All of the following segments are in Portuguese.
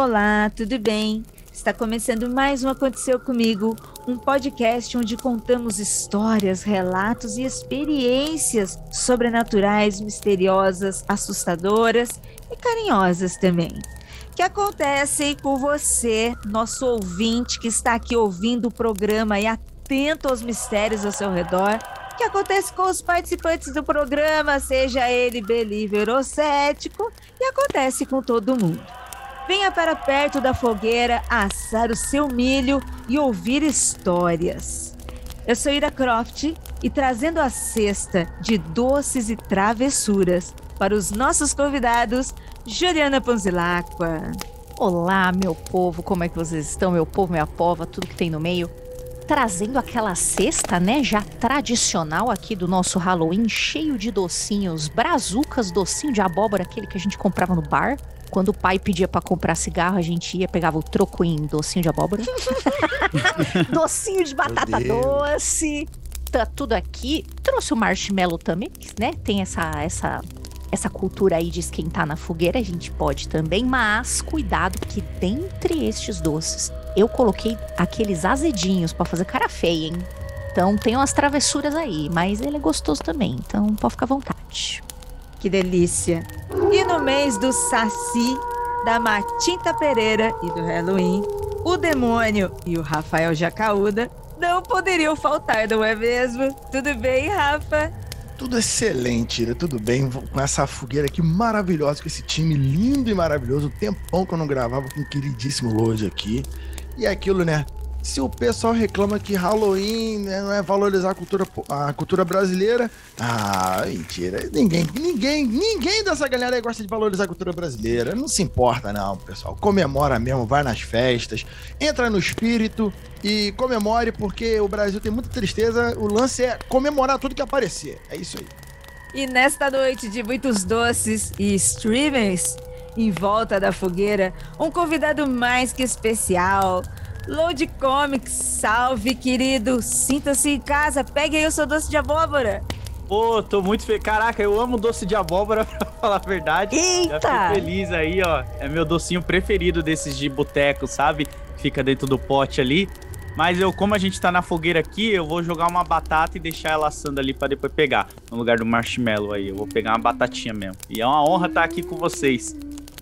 Olá, tudo bem? Está começando mais um Aconteceu Comigo, um podcast onde contamos histórias, relatos e experiências sobrenaturais, misteriosas, assustadoras e carinhosas também, que acontecem com você, nosso ouvinte que está aqui ouvindo o programa e atento aos mistérios ao seu redor, que acontece com os participantes do programa, seja ele believer ou cético, e acontece com todo mundo. Venha para perto da fogueira, assar o seu milho e ouvir histórias. Eu sou Ira Croft e trazendo a cesta de doces e travessuras para os nossos convidados, Juliana Ponzilacqua. Olá, meu povo, como é que vocês estão? Meu povo, minha pova, tudo que tem no meio. Trazendo aquela cesta, né, já tradicional aqui do nosso Halloween, cheio de docinhos, brazucas, docinho de abóbora, aquele que a gente comprava no bar. Quando o pai pedia pra comprar cigarro, a gente ia, pegava o troco em docinho de abóbora. Docinho de batata doce. Tá tudo aqui. Trouxe o marshmallow também, né? Tem essa cultura aí de esquentar na fogueira, a gente pode também. Mas cuidado que dentre estes doces, eu coloquei aqueles azedinhos pra fazer cara feia, hein? Então tem umas travessuras aí, mas ele é gostoso também, então pode ficar à vontade. Que delícia! E no mês do Saci, da Matinta Pereira e do Halloween, o Demônio e o Rafael Jacaúda não poderiam faltar, não é mesmo? Tudo bem, Rafa? Tudo excelente, Ira, tudo bem, com essa fogueira aqui maravilhosa, com esse time lindo e maravilhoso, o tempão que eu não gravava com o queridíssimo Lorde aqui. E é aquilo, né? Se o pessoal reclama que Halloween, né, não é valorizar a cultura brasileira, mentira. Ninguém dessa galera aí gosta de valorizar a cultura brasileira. Não se importa não, pessoal. Comemora mesmo, vai nas festas, entra no espírito e comemore, porque o Brasil tem muita tristeza. O lance é comemorar tudo que aparecer. É isso aí. E nesta noite de muitos doces e streamers, em volta da fogueira, um convidado mais que especial. Load Comics, salve, querido. Sinta-se em casa, pegue aí o seu doce de abóbora. Pô, tô muito feliz. Caraca, eu amo doce de abóbora, pra falar a verdade. Eita! Já fico feliz aí, ó. É meu docinho preferido desses de boteco, sabe? Fica dentro do pote ali. Mas como a gente tá na fogueira aqui, eu vou jogar uma batata e deixar ela assando ali pra depois pegar. No lugar do marshmallow aí, eu vou pegar uma batatinha mesmo. E é uma honra estar aqui com vocês.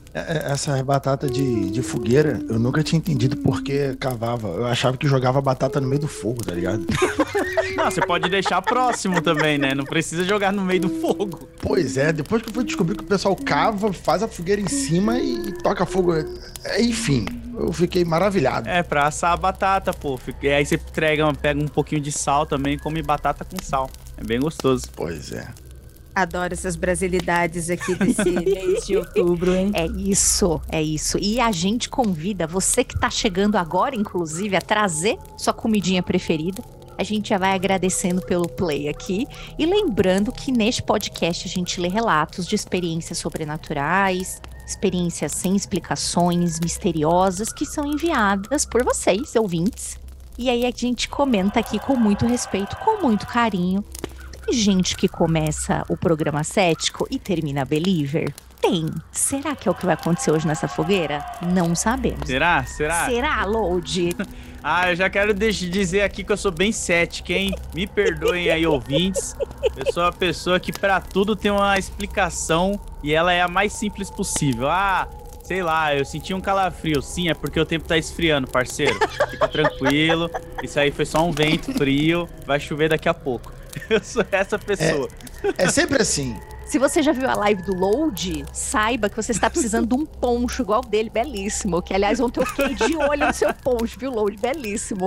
Essa batata de fogueira, eu nunca tinha entendido por que cavava. Eu achava que jogava batata no meio do fogo, tá ligado? Não, você pode deixar próximo também, né? Não precisa jogar no meio do fogo. Pois é, depois que eu fui descobrir que o pessoal cava, faz a fogueira em cima e toca fogo. Enfim, eu fiquei maravilhado. É, pra assar a batata, pô. E aí você pega um pouquinho de sal também e come batata com sal. É bem gostoso. Pois é. Adoro essas brasilidades aqui desse mês de outubro, hein? É isso. E a gente convida você que tá chegando agora, inclusive, a trazer sua comidinha preferida. A gente já vai agradecendo pelo play aqui. E lembrando que neste podcast a gente lê relatos de experiências sobrenaturais, experiências sem explicações, misteriosas, que são enviadas por vocês, ouvintes. E aí a gente comenta aqui com muito respeito, com muito carinho. Tem gente que começa o programa cético e termina believer? Tem. Será que é o que vai acontecer hoje nessa fogueira? Não sabemos. Será? Será, Load? Eu já quero dizer aqui que eu sou bem cético, hein? Me perdoem aí, ouvintes. Eu sou uma pessoa que pra tudo tem uma explicação e ela é a mais simples possível. Sei lá, eu senti um calafrio. Sim, é porque o tempo tá esfriando, parceiro. Fica tranquilo. Isso aí foi só um vento frio. Vai chover daqui a pouco. Eu sou essa pessoa. É sempre assim. Se você já viu a live do Load, saiba que você está precisando de um poncho igual dele, belíssimo. Que, aliás, ontem eu fiquei de olho no seu poncho, viu, Load? Belíssimo.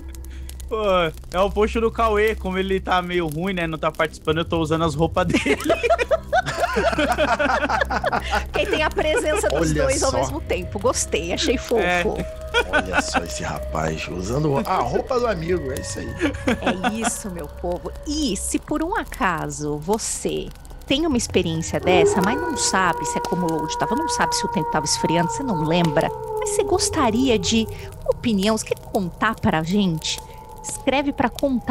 Pô, é o poncho do Cauê. Como ele tá meio ruim, né? Não tá participando, eu tô usando as roupas dele. Quem tem a presença dos dois ao mesmo tempo. Gostei, achei fofo. Olha só esse rapaz usando a roupa do amigo, é isso aí. É isso, meu povo. E se por um acaso você tem uma experiência dessa, mas não sabe se é como o Load tava, não sabe se o tempo tava esfriando, você não lembra, mas você gostaria de opinião, você quer contar pra gente? escreve para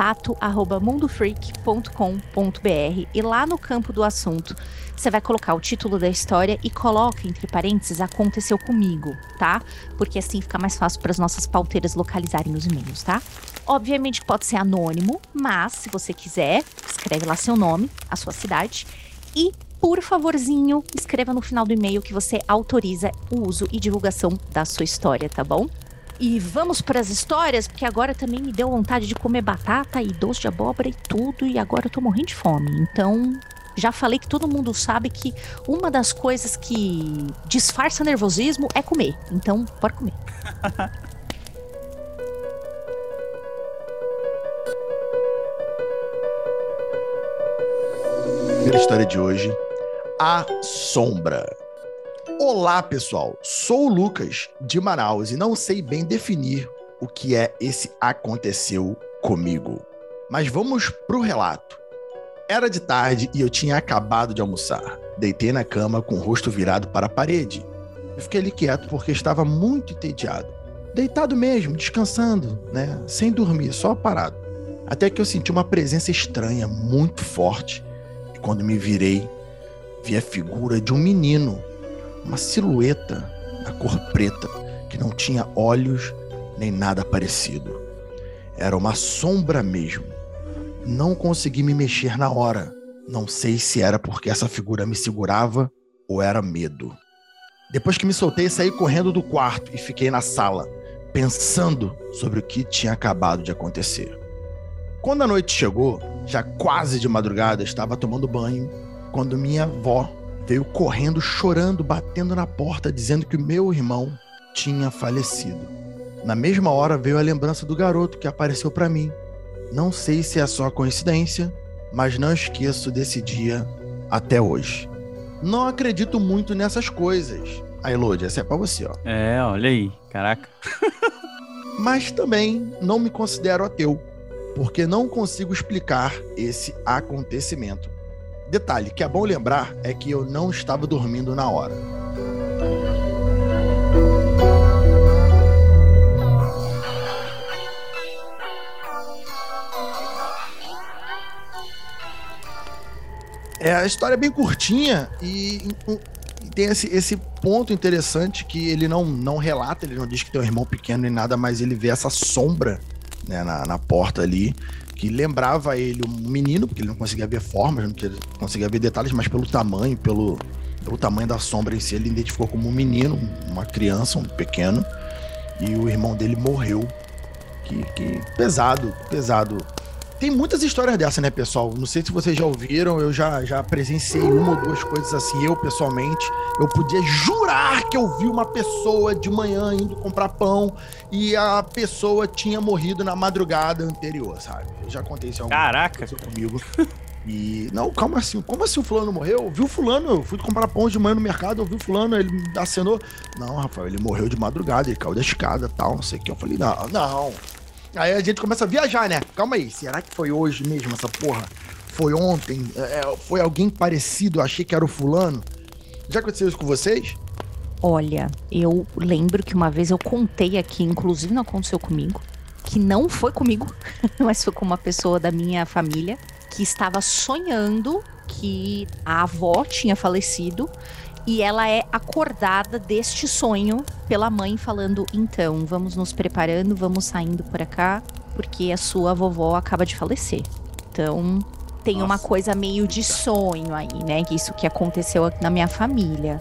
contato@mundofreak.com.br e lá no campo do assunto você vai colocar o título da história e coloca entre parênteses aconteceu comigo, tá? Porque assim fica mais fácil para as nossas pauteiras localizarem os e-mails, tá? Obviamente que pode ser anônimo, mas se você quiser, escreve lá seu nome, a sua cidade e, por favorzinho, escreva no final do e-mail que você autoriza o uso e divulgação da sua história, tá bom? E vamos para as histórias, porque agora também me deu vontade de comer batata e doce de abóbora e tudo, e agora eu tô morrendo de fome. Então, já falei que todo mundo sabe que uma das coisas que disfarça nervosismo é comer. Então, bora comer. Primeira história de hoje, A Sombra. Olá, pessoal. Sou o Lucas, de Manaus, e não sei bem definir o que é esse aconteceu comigo. Mas vamos pro relato. Era de tarde e eu tinha acabado de almoçar. Deitei na cama com o rosto virado para a parede. Eu fiquei ali quieto porque estava muito entediado. Deitado mesmo, descansando, né? Sem dormir, só parado. Até que eu senti uma presença estranha, muito forte. E quando me virei, vi a figura de um menino. Uma silhueta na cor preta, que não tinha olhos nem nada parecido. Era uma sombra mesmo. Não consegui me mexer na hora. Não sei se era porque essa figura me segurava ou era medo. Depois que me soltei, saí correndo do quarto e fiquei na sala, pensando sobre o que tinha acabado de acontecer. Quando a noite chegou, já quase de madrugada, estava tomando banho, quando minha avó veio correndo, chorando, batendo na porta, dizendo que o meu irmão tinha falecido. Na mesma hora veio a lembrança do garoto que apareceu para mim. Não sei se é só coincidência, mas não esqueço desse dia até hoje. Não acredito muito nessas coisas. A Elodie, essa é pra você, ó. É, olha aí, caraca. Mas também não me considero ateu, porque não consigo explicar esse acontecimento. Detalhe que é bom lembrar é que eu não estava dormindo na hora. A história é bem curtinha e tem esse ponto interessante que ele não relata, ele não diz que tem um irmão pequeno nem nada, mas ele vê essa sombra, né, na porta ali, que lembrava ele um menino, porque ele não conseguia ver formas, não conseguia ver detalhes, mas pelo tamanho da sombra em si, ele identificou como um menino, uma criança, um pequeno, e o irmão dele morreu. Que pesado. Tem muitas histórias dessa, né, pessoal? Não sei se vocês já ouviram, eu já presenciei uma ou duas coisas assim, eu pessoalmente, eu podia jurar que eu vi uma pessoa de manhã indo comprar pão e a pessoa tinha morrido na madrugada anterior, sabe? Eu já contei isso Caraca! Comigo. E, não, calma assim, como assim o fulano morreu? Eu vi o fulano, eu fui comprar pão de manhã no mercado, eu vi o fulano, ele me acenou. Não, Rafael, ele morreu de madrugada, ele caiu da escada e tal, não sei o que. Eu falei, não. Aí a gente começa a viajar, né? Calma aí, será que foi hoje mesmo essa porra? Foi ontem? Foi alguém parecido? Eu achei que era o fulano. Já aconteceu isso com vocês? Olha, eu lembro que uma vez eu contei aqui, inclusive não aconteceu comigo, que não foi comigo, mas foi com uma pessoa da minha família, que estava sonhando que a avó tinha falecido e ela é acordada deste sonho pela mãe falando, então, vamos nos preparando, vamos saindo por cá, porque a sua vovó acaba de falecer. Então, tem uma coisa meio de sonho aí, né? Isso que aconteceu aqui na minha família.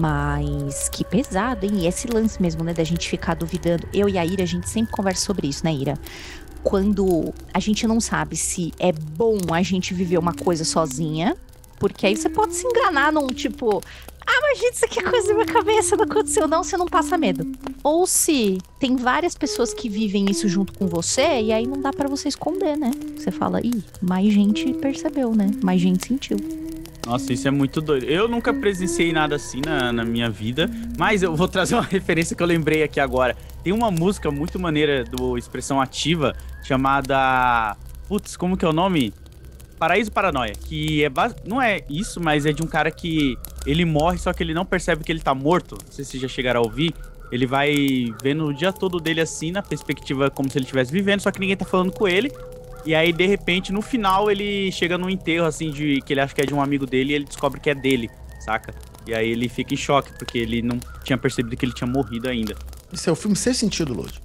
Mas que pesado, hein? E esse lance mesmo, né? Da gente ficar duvidando. Eu e a Ira, a gente sempre conversa sobre isso, né, Ira? Quando a gente não sabe se é bom a gente viver uma coisa sozinha, porque aí você pode se enganar num tipo... mas gente, isso aqui é coisa da minha cabeça, não aconteceu não, você não passa medo. Ou se tem várias pessoas que vivem isso junto com você, e aí não dá pra você esconder, né? Você fala, mais gente percebeu, né? Mais gente sentiu. Nossa, isso é muito doido. Eu nunca presenciei nada assim na minha vida, mas eu vou trazer uma referência que eu lembrei aqui agora. Tem uma música muito maneira do Expressão Ativa, chamada... Putz, como que é o nome? Paraíso Paranoia, que não é isso, mas é de um cara que ele morre, só que ele não percebe que ele tá morto. Não sei se vocês já chegaram a ouvir. Ele vai vendo o dia todo dele assim, na perspectiva como se ele estivesse vivendo, só que ninguém tá falando com ele. E aí, de repente, no final, ele chega num enterro, assim, que ele acha que é de um amigo dele e ele descobre que é dele, saca? E aí ele fica em choque, porque ele não tinha percebido que ele tinha morrido ainda. Isso é o filme Sem Sentido, Lodi.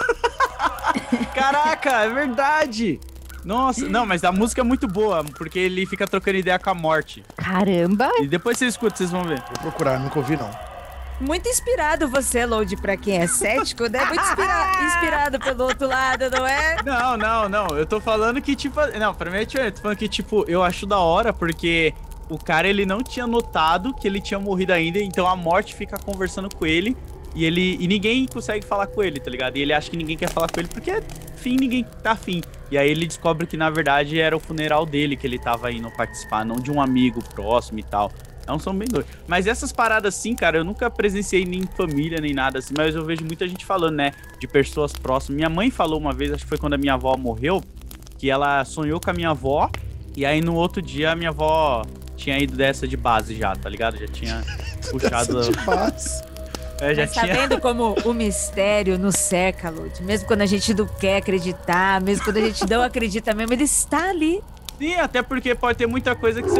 Caraca, é verdade! Nossa, não, mas a música é muito boa, porque ele fica trocando ideia com a morte. Caramba! E depois vocês escutam, vocês vão ver. Vou procurar, nunca ouvi, não. Muito inspirado você, Load, pra quem é cético, né? Muito inspirado pelo outro lado, não é? Não. Eu tô falando que, tipo... Não, pra mim é diferente. Eu tô falando que, tipo, eu acho da hora, porque o cara, ele não tinha notado que ele tinha morrido ainda, então a morte fica conversando com ele e ninguém consegue falar com ele, tá ligado? E ele acha que ninguém quer falar com ele porque, fim, ninguém tá afim. E aí ele descobre que, na verdade, era o funeral dele que ele tava indo participar, não de um amigo próximo e tal. É um som bem doido. Mas essas paradas assim, cara, eu nunca presenciei nem em família, nem nada assim, mas eu vejo muita gente falando, né, de pessoas próximas. Minha mãe falou uma vez, acho que foi quando a minha avó morreu, que ela sonhou com a minha avó, e aí no outro dia a minha avó tinha ido dessa de base já, tá ligado? Já tinha puxado... Dessa de base. É, já Mas tá tinha... vendo como o mistério nos cerca, Lud? Mesmo quando a gente não quer acreditar, mesmo quando a gente não acredita mesmo, ele está ali. Sim, até porque pode ter muita coisa que você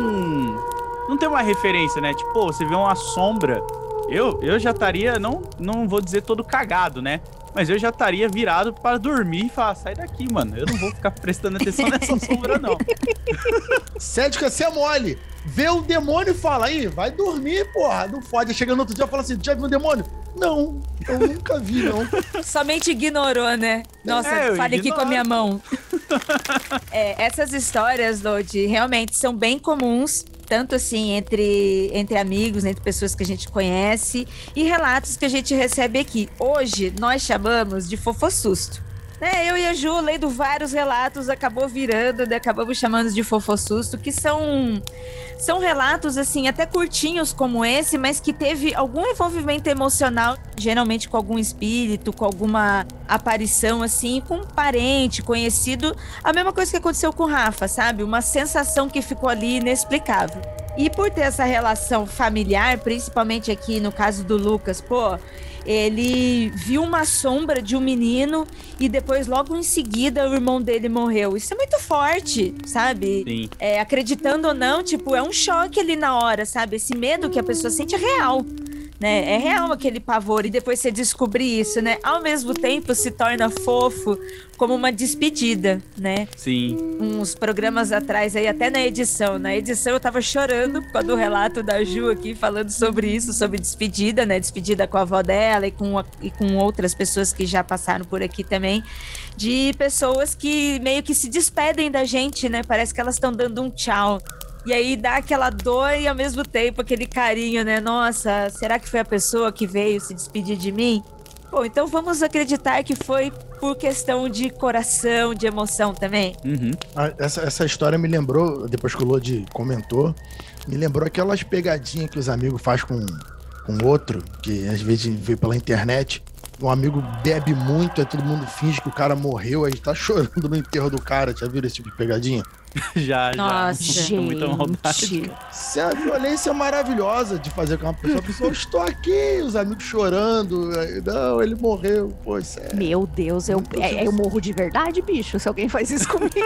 não tem uma referência, né? Tipo, pô, você vê uma sombra, eu já estaria, não vou dizer todo cagado, né? Mas eu já estaria virado para dormir e falar, sai daqui, mano. Eu não vou ficar prestando atenção nessa sombra, não. Cética, você é mole. Vê o demônio e fala, aí, vai dormir, porra. Não fode. Chega no outro dia e fala assim, já viu um demônio? Não, eu nunca vi, não. Somente ignorou, né? Nossa, fale aqui com a minha mão. Essas histórias, Lodi, realmente são bem comuns, tanto assim entre amigos, entre pessoas que a gente conhece e relatos que a gente recebe aqui. Hoje, nós chamamos de fofossusto. Né, eu e a Ju, lendo vários relatos, acabamos chamando de fofossusto, que são relatos, assim, até curtinhos como esse, mas que teve algum envolvimento emocional, geralmente com algum espírito, com alguma aparição, assim, com um parente, conhecido. A mesma coisa que aconteceu com o Rafa, sabe? Uma sensação que ficou ali inexplicável. E por ter essa relação familiar, principalmente aqui no caso do Lucas, pô, ele viu uma sombra de um menino e depois, logo em seguida, o irmão dele morreu. Isso é muito forte, sabe? Sim. Acreditando ou não, tipo, é um choque ali na hora, sabe? Esse medo que a pessoa sente é real, né? É real aquele pavor. E depois você descobrir isso, né? Ao mesmo tempo, se torna fofo como uma despedida, né? Sim. Uns programas atrás aí, até na edição eu tava chorando por causa do relato da Ju aqui, falando sobre isso, sobre despedida, né? Despedida com a avó dela e com outras pessoas que já passaram por aqui também, de pessoas que meio que se despedem da gente, né? Parece que elas estão dando um tchau. E aí dá aquela dor e ao mesmo tempo aquele carinho, né? Nossa, será que foi a pessoa que veio se despedir de mim? Bom, então vamos acreditar que foi por questão de coração, de emoção também. Uhum. Essa história me lembrou, depois que o Lodi comentou, me lembrou aquelas pegadinhas que os amigos fazem com outro, que às vezes vê pela internet. Um amigo bebe muito, aí todo mundo finge que o cara morreu, aí tá chorando no enterro do cara. Já viram esse tipo de pegadinha? Já. Nossa, gente. Muita maldade. Isso é a violência maravilhosa de fazer com uma pessoa. A pessoa, estou aqui, os amigos chorando. Não, ele morreu. Pô, isso é... Meu Deus, eu morro de verdade, bicho, se alguém faz isso comigo.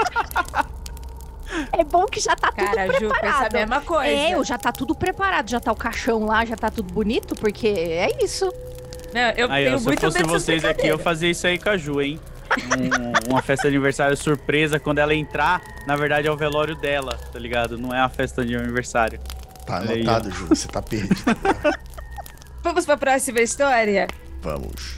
É bom que já tá tudo preparado. Ju, pensa a mesma coisa. Já tá tudo preparado, já tá o caixão lá, já tá tudo bonito, porque é isso. Não, eu tenho se muito eu fosse medo vocês aqui, eu fazia isso aí com a Ju, hein? Uma festa de aniversário surpresa, quando ela entrar, na verdade é o velório dela, tá ligado? Não é a festa de aniversário. Tá anotado, Ju, você tá perdido. Vamos pra próxima história? Vamos.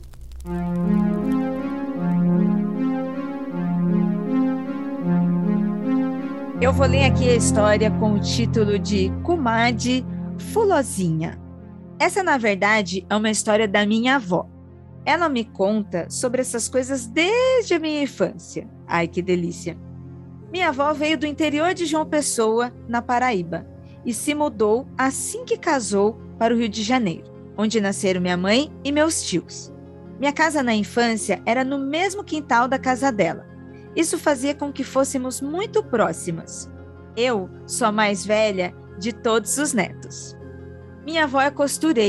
Eu vou ler aqui a história com o título de Comadre Fulozinha. Essa, na verdade, é uma história da minha avó. Ela me conta sobre essas coisas desde a minha infância. Ai, que delícia! Minha avó veio do interior de João Pessoa, na Paraíba, e se mudou assim que casou para o Rio de Janeiro, onde nasceram minha mãe e meus tios. Minha casa na infância era no mesmo quintal da casa dela. Isso fazia com que fôssemos muito próximas. Eu sou a mais velha de todos os netos. Minha avó é costureira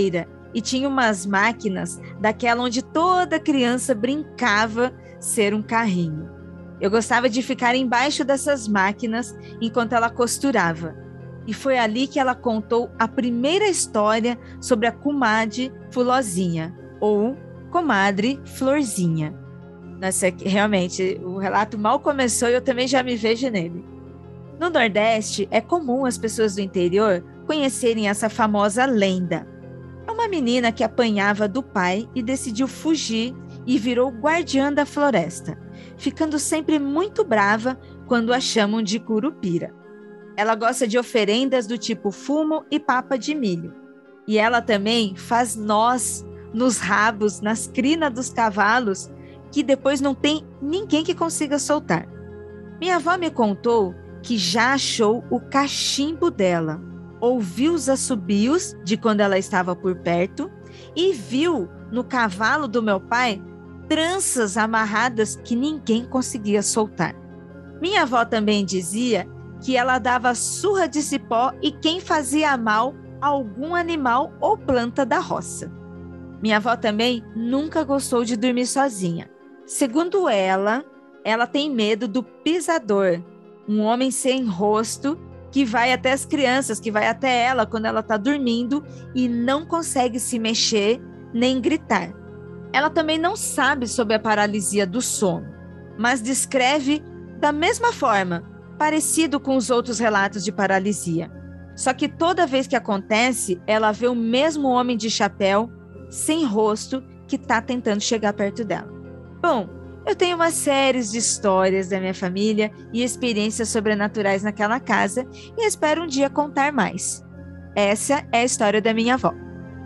e tinha umas máquinas daquela onde toda criança brincava ser um carrinho. Eu gostava de ficar embaixo dessas máquinas enquanto ela costurava. E foi ali que ela contou a primeira história sobre a comadre Fulozinha, ou comadre Florzinha. Nossa, realmente, o relato mal começou e eu também já me vejo nele. No Nordeste, é comum as pessoas do interior conhecerem essa famosa lenda. É uma menina que apanhava do pai e decidiu fugir e virou guardiã da floresta, ficando sempre muito brava quando a chamam de Curupira. Ela gosta de oferendas do tipo fumo e papa de milho. E ela também faz nós nos rabos, nas crinas dos cavalos, que depois não tem ninguém que consiga soltar. Minha avó me contou que já achou o cachimbo dela, ouviu os assobios de quando ela estava por perto e viu no cavalo do meu pai tranças amarradas que ninguém conseguia soltar. Minha avó também dizia que ela dava surra de cipó e quem fazia mal a algum animal ou planta da roça. Minha avó também nunca gostou de dormir sozinha. Segundo ela tem medo do pisador, um homem sem rosto que vai até as crianças, que vai até ela quando ela está dormindo e não consegue se mexer nem gritar. Ela também não sabe sobre a paralisia do sono, mas descreve da mesma forma, parecido com os outros relatos de paralisia. Só que toda vez que acontece, ela vê o mesmo homem de chapéu, sem rosto, que está tentando chegar perto dela. Bom, eu tenho uma série de histórias da minha família e experiências sobrenaturais naquela casa e espero um dia contar mais. Essa é a história da minha avó.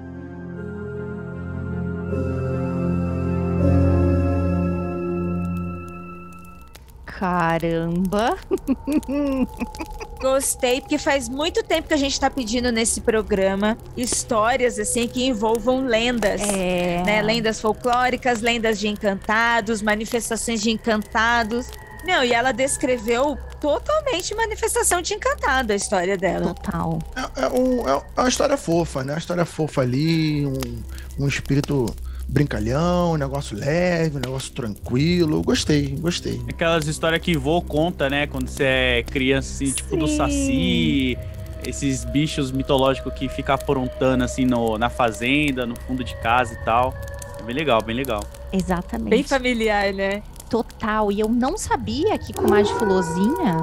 Caramba! Gostei, porque faz muito tempo que a gente está pedindo nesse programa histórias assim que envolvam lendas, né? Lendas folclóricas, lendas de encantados, manifestações de encantados. Não, e ela descreveu totalmente manifestação de encantado a história dela. Total. É uma história fofa, né? Uma história fofa ali, um espírito brincalhão, um negócio leve, um negócio tranquilo. Gostei. Aquelas histórias que vô conta, né? Quando você é criança, assim, tipo do Saci, esses bichos mitológicos que ficam aprontando, assim, na fazenda, no fundo de casa e tal. É bem legal, bem legal. Exatamente. Bem familiar, né? Total. E eu não sabia que comadre Fulozinha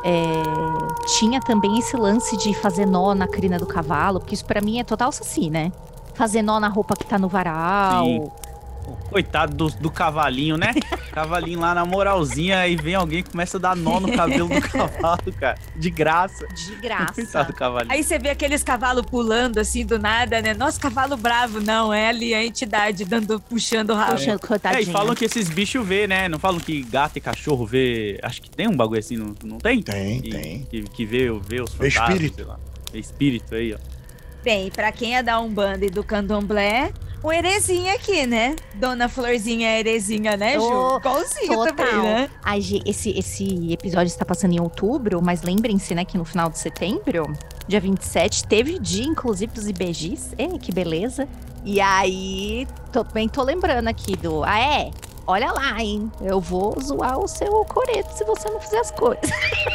tinha também esse lance de fazer nó na crina do cavalo, porque isso pra mim é total Saci, né? Fazer nó na roupa que tá no varal. Sim. Coitado do cavalinho, né? Cavalinho lá na moralzinha, aí vem alguém que começa a dar nó no cabelo do cavalo, cara. De graça. Coitado do cavalinho. Aí você vê aqueles cavalos pulando assim do nada, né? Nossa, cavalo bravo. Não, é ali a entidade puxando o rabo. E falam que esses bichos vê, né? Não falam que gato e cachorro vê... Acho que tem um bagulho assim, não tem? Tem. Que vê os fantasmas, espírito. sei lá. Vê espírito aí, ó. Bem, pra quem é da Umbanda e do Candomblé, o Herezinha aqui, né? Dona Florzinha é Herezinha, né, Ju? Igualzinho também, né? Ai, esse episódio está passando em outubro, mas lembrem-se, né, que no final de setembro, dia 27, teve dia, inclusive, dos IBGs. Que beleza. E aí, também tô lembrando aqui do... Olha lá, hein? Eu vou zoar o seu coreto se você não fizer as coisas.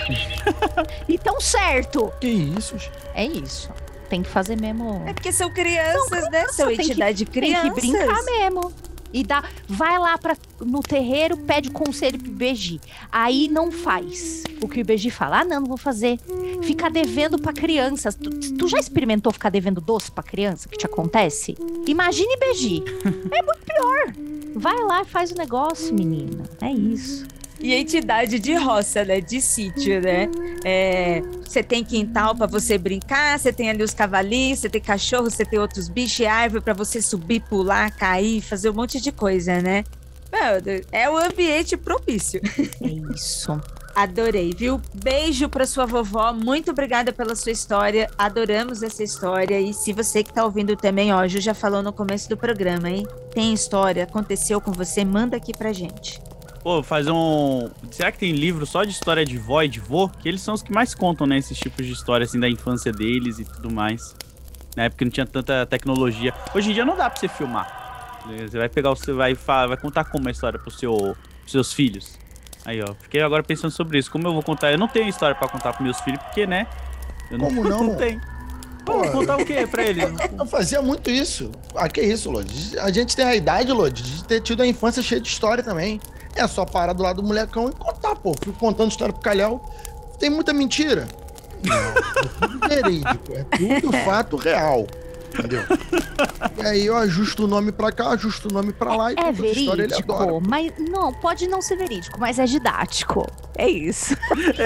Então, certo. Que isso, gente? É isso. Tem que fazer mesmo. É porque são crianças, né? São entidade de crianças. Tem que brincar mesmo. E vai lá no terreiro, pede conselho pro IBG. Aí não faz o que o IBG fala. Não vou fazer. Fica devendo pra crianças. Tu já experimentou ficar devendo doce pra criança? Que te acontece? Imagine IBG. É muito pior. Vai lá e faz o negócio, menina. É isso. E a entidade de roça, né? De sítio, né? Você tem quintal pra você brincar, você tem ali os cavalinhos, você tem cachorro, você tem outros bichos e árvore pra você subir, pular, cair, fazer um monte de coisa, né? É o ambiente propício. É isso. Adorei, viu? Beijo pra sua vovó, muito obrigada pela sua história, adoramos essa história. E se você que tá ouvindo também, ó, a Ju já falou no começo do programa, hein? Tem história, aconteceu com você, manda aqui pra gente. Pô, será que tem livro só de história de vó e de vô? Que eles são os que mais contam, né? Esses tipos de história, assim, da infância deles e tudo mais. Na época não tinha tanta tecnologia. Hoje em dia não dá pra você filmar. Você vai pegar, vai contar como a história pros seus filhos. Aí, ó, fiquei agora pensando sobre isso. Como eu vou contar? Eu não tenho história pra contar pros meus filhos, porque, né? Eu Como não? Não tenho. Pô, vou contar o quê pra eles? Eu fazia muito isso. Ah, que isso, Lodi? A gente tem a idade, Lodi, de ter tido a infância cheia de história também. É só parar do lado do molecão e contar, pô. Fico contando história pro calhau. Tem muita mentira. Não, é tudo verídico. É tudo fato real. Entendeu? E aí eu ajusto o nome pra cá, ajusto o nome pra lá e É conto a história, ele adora. verídico, mas não, pode não ser verídico, mas é didático. É isso.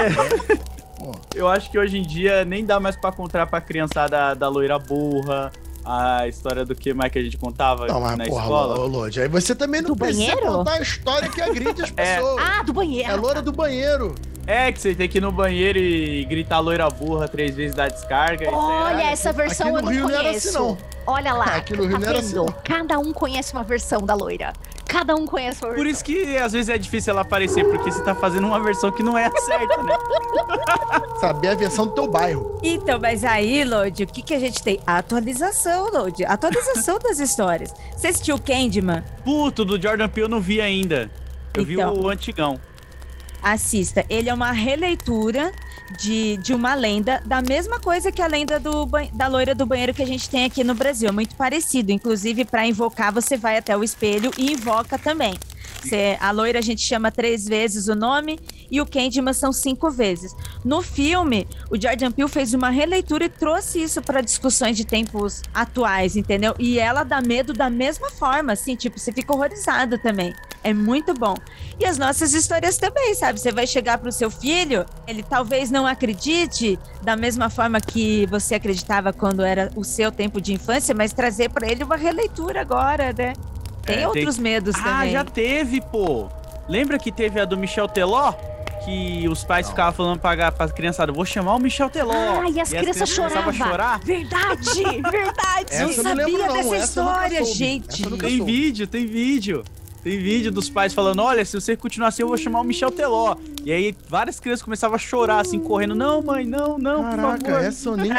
Eu acho que hoje em dia nem dá mais pra contar pra criançada da loira burra, a história do que mais que a gente contava Não, mas na porra, escola. Lodi, aí você também não Do precisa banheiro? contar a história que agride as pessoas. Ah, do banheiro. É loira do banheiro. É, que você tem que ir no banheiro e gritar loira burra 3 vezes da descarga. isso aí Olha, é- essa versão aqui eu no não Rio não era conheço. assim, não. Olha lá, Aqui no Rio não era assim, vendo? não. Cada um conhece uma versão da loira. Cada um conhece uma versão. Por isso que às vezes é difícil ela aparecer, porque você tá fazendo uma versão que não é a certa, né? Saber a versão do teu bairro. Então, mas aí, Lodi, o que a gente tem? A atualização, Lodi. Atualização das histórias. Você assistiu Candyman? Puto, do Jordan Peele eu não vi ainda. Eu vi Então. o antigão. Assista. Ele é uma releitura de uma lenda, da mesma coisa que a lenda da loira do banheiro que a gente tem aqui no Brasil. É muito parecido. Inclusive, para invocar, você vai até o espelho e invoca também. A loira a gente chama 3 vezes o nome e o Candyman são 5 vezes. No filme, o Jordan Peele fez uma releitura e trouxe isso para discussões de tempos atuais, entendeu? E ela dá medo da mesma forma, assim, tipo, você fica horrorizado também. É muito bom. E as nossas histórias também, sabe? Você vai chegar pro seu filho, ele talvez não acredite da mesma forma que você acreditava quando era o seu tempo de infância, mas trazer para ele uma releitura agora, né? Tem outros medos também. Ah, já teve, pô. Lembra que teve a do Michel Teló? Que os pais ficavam falando pra criançada, vou chamar o Michel Teló. Ah, e as crianças começavam choravam. a chorar. Verdade, verdade. Essa Não eu não lembro, sabia não. dessa Essa eu nunca história, soube. gente. Essa eu nunca Tem soube. vídeo, tem vídeo. Tem vídeo dos pais falando, olha, se você continuar assim, eu vou chamar o Michel Teló. E aí, várias crianças começavam a chorar, assim, correndo. Não, mãe, não, por Caraca, favor. essa eu nem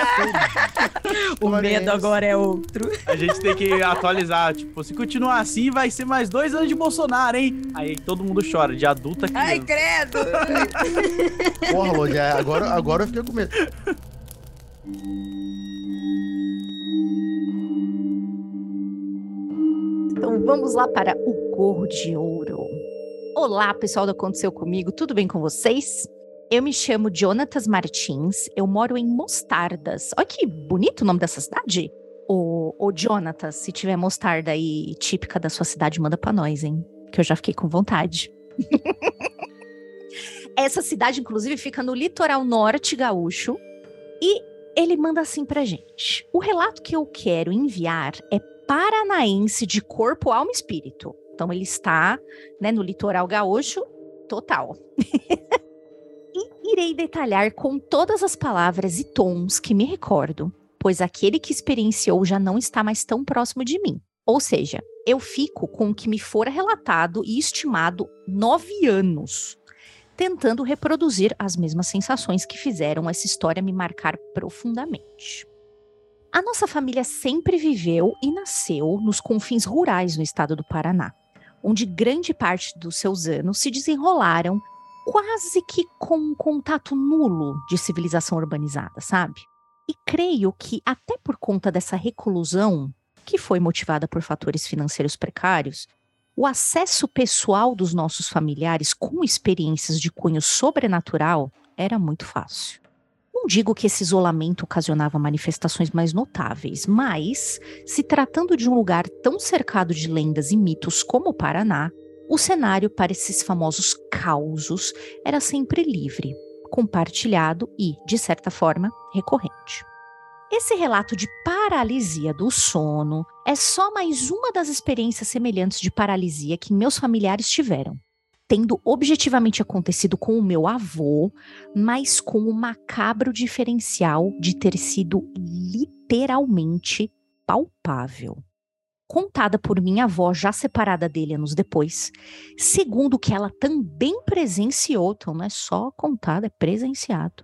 soube. O medo agora é outro. A gente tem que atualizar, tipo, se continuar assim, vai ser mais 2 anos de Bolsonaro, hein? Aí todo mundo chora, de adulto a criança. Ai, credo. Porra, Lodi, agora eu fiquei com medo. Então vamos lá para o Gorro de Ouro. Olá, pessoal do Aconteceu Comigo, tudo bem com vocês? Eu me chamo Jonatas Martins, eu moro em Mostardas. Olha que bonito o nome dessa cidade. Ô Jonatas, se tiver mostarda aí típica da sua cidade, manda pra nós, hein? Que eu já fiquei com vontade. Essa cidade, inclusive, fica no litoral norte gaúcho. E ele manda assim pra gente. O relato que eu quero enviar é paranaense de corpo, alma e espírito. Então ele está, né, no litoral gaúcho total. E irei detalhar com todas as palavras e tons que me recordo, pois aquele que experienciou já não está mais tão próximo de mim. Ou seja, eu fico com o que me fora relatado e estimado 9 anos, tentando reproduzir as mesmas sensações que fizeram essa história me marcar profundamente. A nossa família sempre viveu e nasceu nos confins rurais no estado do Paraná, onde grande parte dos seus anos se desenrolaram quase que com um contato nulo de civilização urbanizada, sabe? E creio que até por conta dessa reclusão, que foi motivada por fatores financeiros precários, o acesso pessoal dos nossos familiares com experiências de cunho sobrenatural era muito fácil. Não digo que esse isolamento ocasionava manifestações mais notáveis, mas, se tratando de um lugar tão cercado de lendas e mitos como o Paraná, o cenário para esses famosos causos era sempre livre, compartilhado e, de certa forma, recorrente. Esse relato de paralisia do sono é só mais uma das experiências semelhantes de paralisia que meus familiares tiveram, tendo objetivamente acontecido com o meu avô, mas com o macabro diferencial de ter sido literalmente palpável. Contada por minha avó, já separada dele anos depois, segundo que ela também presenciou, então não é só contado, é presenciado.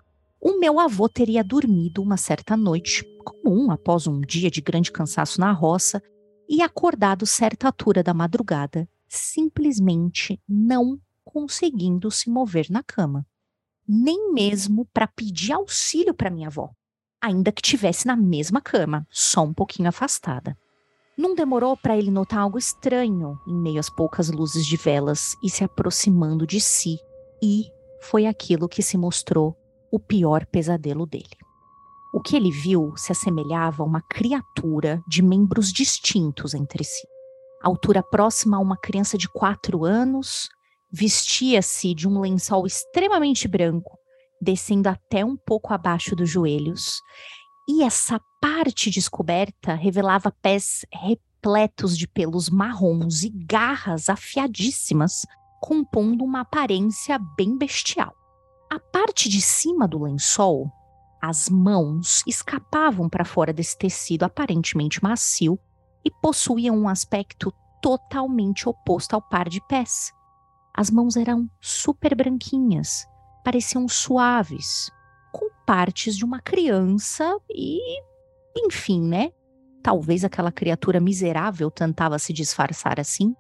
O meu avô teria dormido uma certa noite, comum após um dia de grande cansaço na roça, e acordado certa altura da madrugada, simplesmente não conseguindo se mover na cama. Nem mesmo para pedir auxílio para minha avó, ainda que estivesse na mesma cama, só um pouquinho afastada. Não demorou para ele notar algo estranho em meio às poucas luzes de velas e se aproximando de si, e foi aquilo que se mostrou o pior pesadelo dele. O que ele viu se assemelhava a uma criatura de membros distintos entre si. A altura próxima a uma criança de 4 anos, vestia-se de um lençol extremamente branco, descendo até um pouco abaixo dos joelhos, e essa parte descoberta revelava pés repletos de pelos marrons e garras afiadíssimas, compondo uma aparência bem bestial. A parte de cima do lençol, as mãos escapavam para fora desse tecido aparentemente macio e possuíam um aspecto totalmente oposto ao par de pés. As mãos eram super branquinhas, pareciam suaves, com partes de uma criança e, enfim, né? Talvez aquela criatura miserável tentava se disfarçar assim.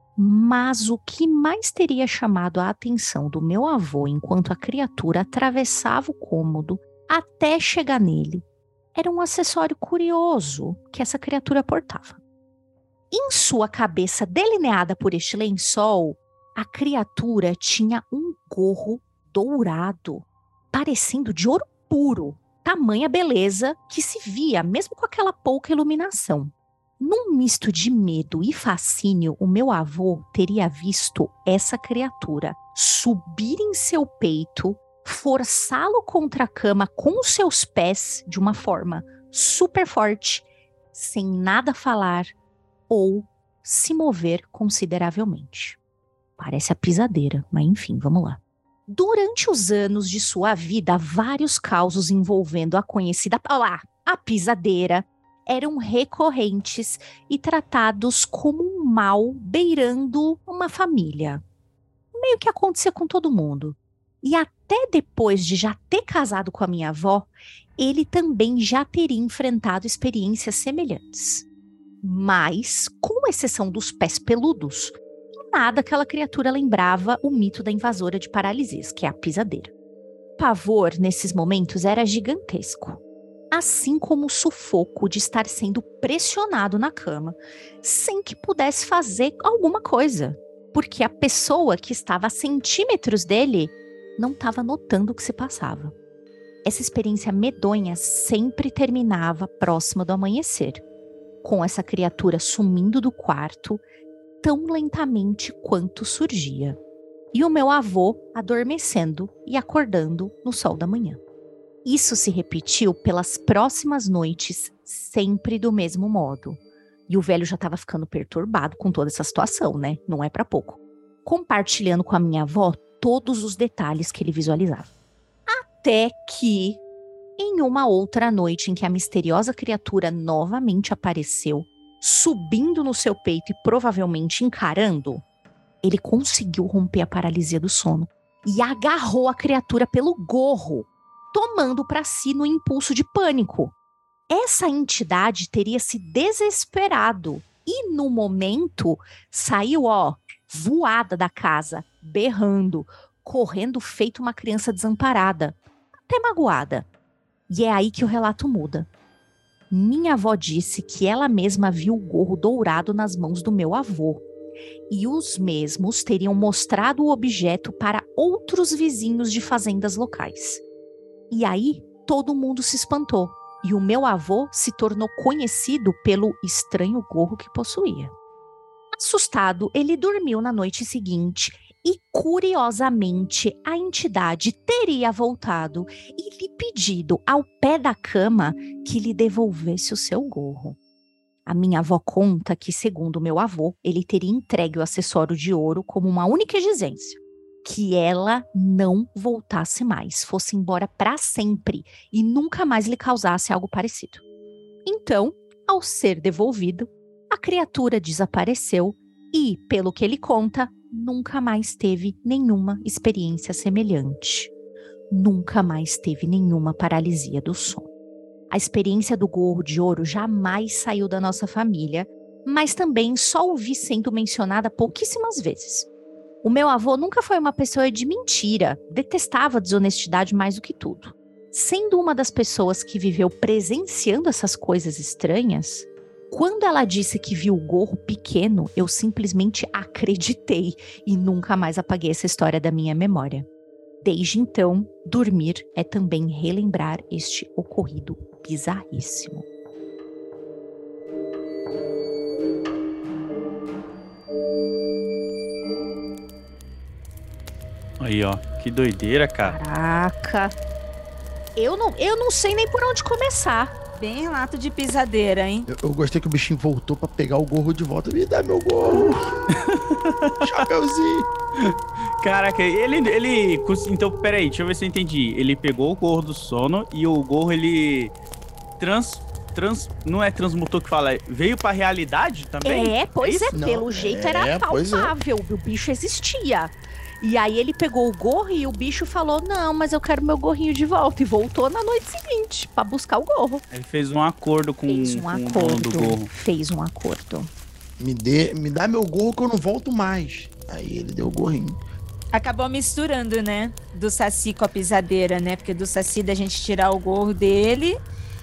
Mas o que mais teria chamado a atenção do meu avô enquanto a criatura atravessava o cômodo até chegar nele era um acessório curioso que essa criatura portava. Em sua cabeça delineada por este lençol, a criatura tinha um gorro dourado, parecendo de ouro puro, tamanha beleza que se via mesmo com aquela pouca iluminação. Num misto de medo e fascínio, o meu avô teria visto essa criatura subir em seu peito, forçá-lo contra a cama com os seus pés de uma forma super forte, sem nada falar ou se mover consideravelmente. Parece a pisadeira, mas enfim, vamos lá. Durante os anos de sua vida, vários causos envolvendo a conhecida a pisadeira eram recorrentes e tratados como um mal beirando uma família. Meio que acontecia com todo mundo. E até depois de já ter casado com a minha avó, ele também já teria enfrentado experiências semelhantes. Mas, com exceção dos pés peludos, em nada aquela criatura lembrava o mito da invasora de paralisias, que é a pisadeira. O pavor, nesses momentos, era gigantesco. Assim como o sufoco de estar sendo pressionado na cama, sem que pudesse fazer alguma coisa, porque a pessoa que estava a centímetros dele não estava notando o que se passava. Essa experiência medonha sempre terminava próximo do amanhecer, com essa criatura sumindo do quarto tão lentamente quanto surgia, e o meu avô adormecendo e acordando no sol da manhã. Isso se repetiu pelas próximas noites, sempre do mesmo modo. E o velho já estava ficando perturbado com toda essa situação, né? Não é para pouco. Compartilhando com a minha avó todos os detalhes que ele visualizava. Até que, em uma outra noite em que a misteriosa criatura novamente apareceu, subindo no seu peito e provavelmente encarando, ele conseguiu romper a paralisia do sono e agarrou a criatura pelo gorro, tomando para si no impulso de pânico. Essa entidade teria se desesperado e, no momento, saiu, voada da casa, berrando, correndo feito uma criança desamparada, até magoada. E é aí que o relato muda. Minha avó disse que ela mesma viu o gorro dourado nas mãos do meu avô, e os mesmos teriam mostrado o objeto para outros vizinhos de fazendas locais. E aí, todo mundo se espantou, e o meu avô se tornou conhecido pelo estranho gorro que possuía. Assustado, ele dormiu na noite seguinte e, curiosamente, a entidade teria voltado e lhe pedido ao pé da cama que lhe devolvesse o seu gorro. A minha avó conta que, segundo meu avô, ele teria entregue o acessório de ouro como uma única exigência: que ela não voltasse mais, fosse embora para sempre e nunca mais lhe causasse algo parecido. Então, ao ser devolvido, a criatura desapareceu e, pelo que ele conta, nunca mais teve nenhuma experiência semelhante. nunca mais teve nenhuma paralisia do sono. A experiência do gorro de ouro jamais saiu da nossa família, mas também só ouvi sendo mencionada pouquíssimas vezes. O meu avô nunca foi uma pessoa de mentira, detestava a desonestidade mais do que tudo. Sendo uma das pessoas que viveu presenciando essas coisas estranhas, quando ela disse que viu o gorro pequeno, eu simplesmente acreditei e nunca mais apaguei essa história da minha memória. Desde então, dormir é também relembrar este ocorrido bizarríssimo. Aí, ó, que doideira, cara. Caraca. Eu não sei nem por onde começar. Bem relato de pisadeira, hein? Eu gostei que o bichinho voltou pra pegar o gorro de volta. Me dá meu gorro. Chapeuzinho. Caraca, ele... Então, peraí, deixa eu ver se eu entendi. Ele pegou o gorro do sono e o gorro, ele... Não é transmutou que fala, veio pra realidade também? Pois é, Não, pelo jeito era pois é. palpável, o bicho existia. E aí ele pegou o gorro e o bicho falou, não, mas eu quero meu gorrinho de volta. E voltou na noite seguinte pra buscar o gorro. Ele fez um acordo com o dono do gorro. Fez um acordo. Me dá meu gorro que eu não volto mais. Aí ele deu o gorrinho. Acabou misturando, né? Do Saci com a pisadeira, né? Porque do Saci da gente tirar o gorro dele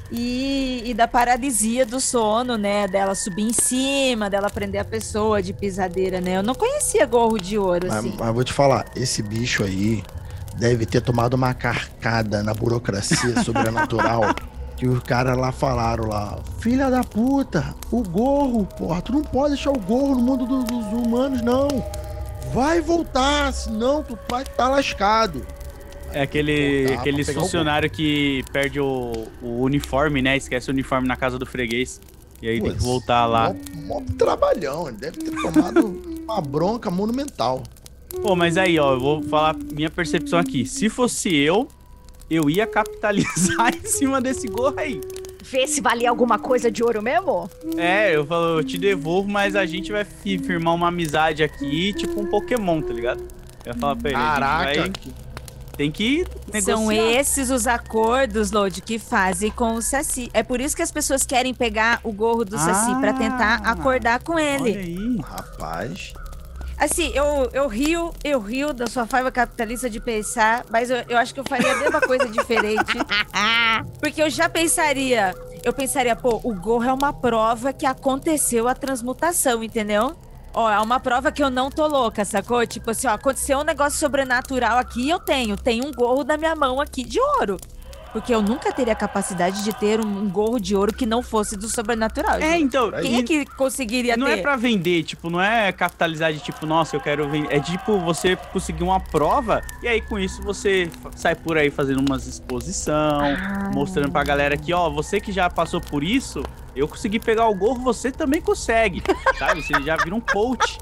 e da paralisia do sono, né? Dela subir em cima, dela prender a pessoa de pisadeira, né? Eu não conhecia gorro de ouro, assim. Mas vou te falar, esse bicho aí deve ter tomado uma carcada na burocracia sobrenatural. Que os caras lá falaram lá, filha da puta, o gorro, porra, tu não pode deixar o gorro no mundo dos humanos, não. Vai voltar, senão tu vai estar lascado. É aquele funcionário que perde o uniforme, né? Esquece o uniforme na casa do freguês. E aí tem que voltar lá. Mó trabalhão, ele deve ter tomado uma bronca monumental. Pô, mas aí, ó, eu vou falar minha percepção aqui. Se fosse eu ia capitalizar em cima desse gorro aí. Vê se valia alguma coisa de ouro mesmo? Eu falo, eu te devolvo, mas a gente vai firmar uma amizade aqui, tipo um Pokémon, tá ligado? Eu ia falar pra ele, Caraca, tem que negociar. São esses os acordos, Lodi, que fazem com o Saci. É por isso que as pessoas querem pegar o gorro do Saci pra tentar acordar com ele. Olha aí. rapaz. Assim, eu rio da sua faiva capitalista de pensar, mas eu acho que eu faria a mesma coisa diferente. Porque eu pensaria, pô, o gorro é uma prova que aconteceu a transmutação, entendeu? Ó, é uma prova que eu não tô louca, sacou? Tipo assim, ó, aconteceu um negócio sobrenatural aqui e eu tenho um gorro da minha mão aqui de ouro. Porque eu nunca teria a capacidade de ter um gorro de ouro que não fosse do sobrenatural. Então... Quem é que conseguiria não ter? Não é pra vender, tipo, não é capitalizar de tipo, nossa, eu quero vender. É tipo, você conseguir uma prova e aí com isso você sai por aí fazendo umas exposição, mostrando pra galera que, ó, você que já passou por isso, eu consegui pegar o gorro, você também consegue, sabe? Você já vira um coach.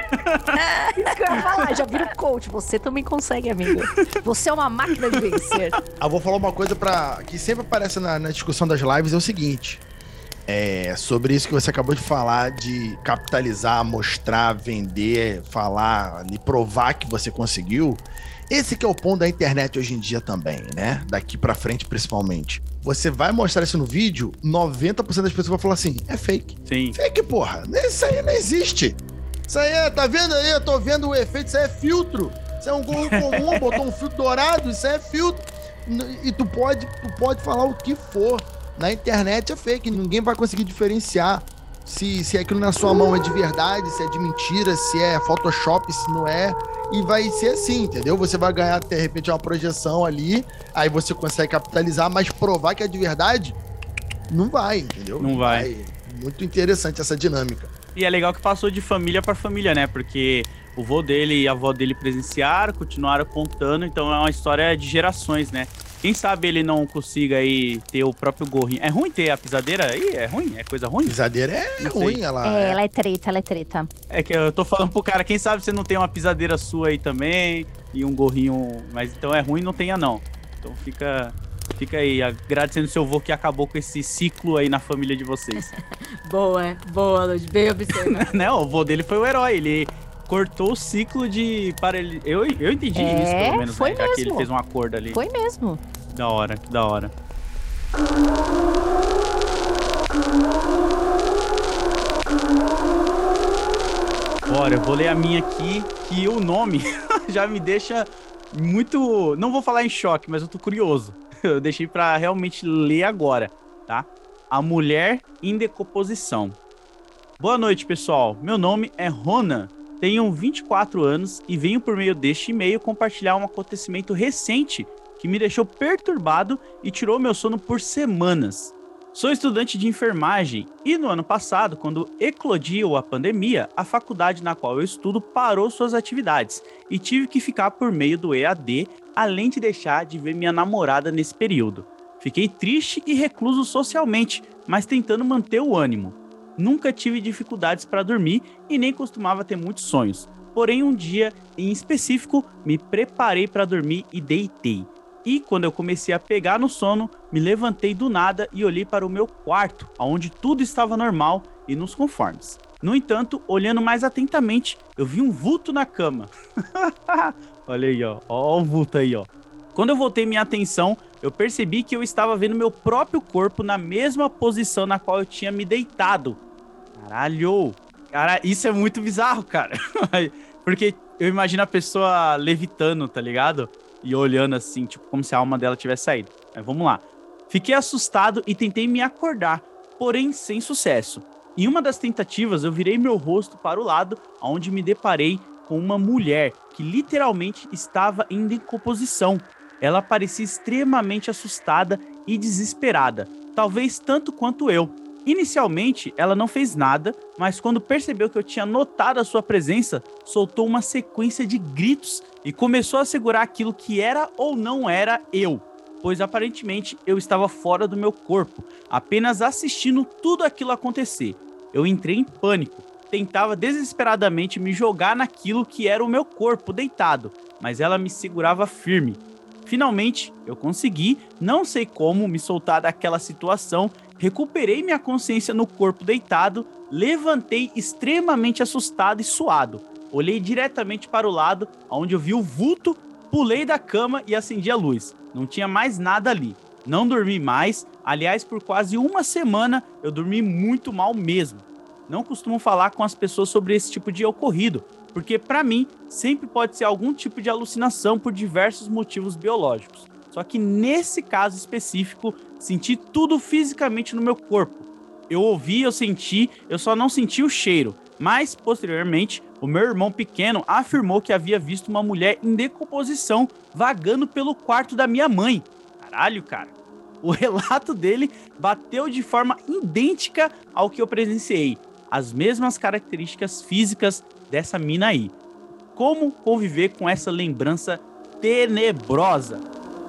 Isso que eu ia falar, já vira um coach. Você também consegue, amigo. Você é uma máquina de vencer. Eu vou falar uma coisa que sempre aparece na discussão das lives, é o seguinte. Sobre isso que você acabou de falar, de capitalizar, mostrar, vender, falar e provar que você conseguiu. Esse que é o ponto da internet hoje em dia também, né? Daqui pra frente, principalmente. Você vai mostrar isso no vídeo, 90% das pessoas vão falar assim, é fake. Sim. Fake, porra. Isso aí não existe. Isso aí, tá vendo aí? Eu tô vendo o efeito, isso aí é filtro. Isso é um gorro comum, botou um filtro dourado, isso aí é filtro. E tu pode falar o que for. Na internet é fake, ninguém vai conseguir diferenciar se aquilo na sua mão é de verdade, se é de mentira, se é Photoshop, se não é. E vai ser assim, entendeu? Você vai ganhar, de repente, uma projeção ali, aí você consegue capitalizar, mas provar que é de verdade, não vai, entendeu? Não vai. Muito interessante essa dinâmica. E é legal que passou de família pra família, né? Porque o vô dele e a avó dele presenciaram, continuaram contando, então é uma história de gerações, né? Quem sabe ele não consiga aí ter o próprio gorrinho. É ruim ter a pisadeira aí? É ruim? É coisa ruim? Pisadeira é ruim, ela é treta. É que eu tô falando pro cara, quem sabe você não tem uma pisadeira sua aí também e um gorrinho, mas então é ruim, não tenha não. Então fica aí, agradecendo seu vô que acabou com esse ciclo aí na família de vocês. Boa, Lud, bem observado. Né, o vô dele foi o herói, ele cortou o ciclo de Eu entendi isso, pelo menos, foi né? Já que ele mesmo. fez um acordo ali. Foi mesmo. Da hora, que da hora. Bora, eu vou ler a minha aqui, que o nome já me deixa muito... Não vou falar em choque, mas eu tô curioso. Eu deixei pra realmente ler agora, tá? A Mulher em Decomposição. Boa noite, pessoal. Meu nome é Ronan, tenho 24 anos e venho por meio deste e-mail compartilhar um acontecimento recente que me deixou perturbado e tirou meu sono por semanas. Sou estudante de enfermagem e no ano passado, quando eclodiu a pandemia, a faculdade na qual eu estudo parou suas atividades e tive que ficar por meio do EAD, além de deixar de ver minha namorada nesse período. Fiquei triste e recluso socialmente, mas tentando manter o ânimo. Nunca tive dificuldades para dormir e nem costumava ter muitos sonhos. Porém, um dia em específico, me preparei para dormir e deitei. E quando eu comecei a pegar no sono, me levantei do nada e olhei para o meu quarto, onde tudo estava normal e nos conformes. No entanto, olhando mais atentamente, eu vi um vulto na cama. Olha aí, ó. Ó o vulto aí, ó. Quando eu voltei minha atenção, eu percebi que eu estava vendo meu próprio corpo na mesma posição na qual eu tinha me deitado. Caralho! Cara, isso é muito bizarro, cara. Porque eu imagino a pessoa levitando, tá ligado? E olhando assim, tipo, como se a alma dela tivesse saído. Mas vamos lá. Fiquei assustado e tentei me acordar, porém sem sucesso. Em uma das tentativas, eu virei meu rosto para o lado, onde me deparei com uma mulher que literalmente estava em decomposição. Ela parecia extremamente assustada e desesperada, talvez tanto quanto eu. Inicialmente, ela não fez nada, mas quando percebeu que eu tinha notado a sua presença, soltou uma sequência de gritos e começou a segurar aquilo que era ou não era eu, pois aparentemente eu estava fora do meu corpo, apenas assistindo tudo aquilo acontecer. Eu entrei em pânico, tentava desesperadamente me jogar naquilo que era o meu corpo deitado, mas ela me segurava firme. Finalmente, eu consegui, não sei como, me soltar daquela situação. Recuperei minha consciência no corpo deitado, levantei extremamente assustado e suado. Olhei diretamente para o lado, onde eu vi o vulto, pulei da cama e acendi a luz. Não tinha mais nada ali. Não dormi mais, aliás, por quase uma semana eu dormi muito mal mesmo. Não costumo falar com as pessoas sobre esse tipo de ocorrido, porque para mim sempre pode ser algum tipo de alucinação por diversos motivos biológicos. Só que nesse caso específico, senti tudo fisicamente no meu corpo. Eu ouvi, eu senti, eu só não senti o cheiro. Mas, posteriormente, o meu irmão pequeno afirmou que havia visto uma mulher em decomposição vagando pelo quarto da minha mãe. Caralho, cara. O relato dele bateu de forma idêntica ao que eu presenciei. As mesmas características físicas dessa mina aí. Como conviver com essa lembrança tenebrosa?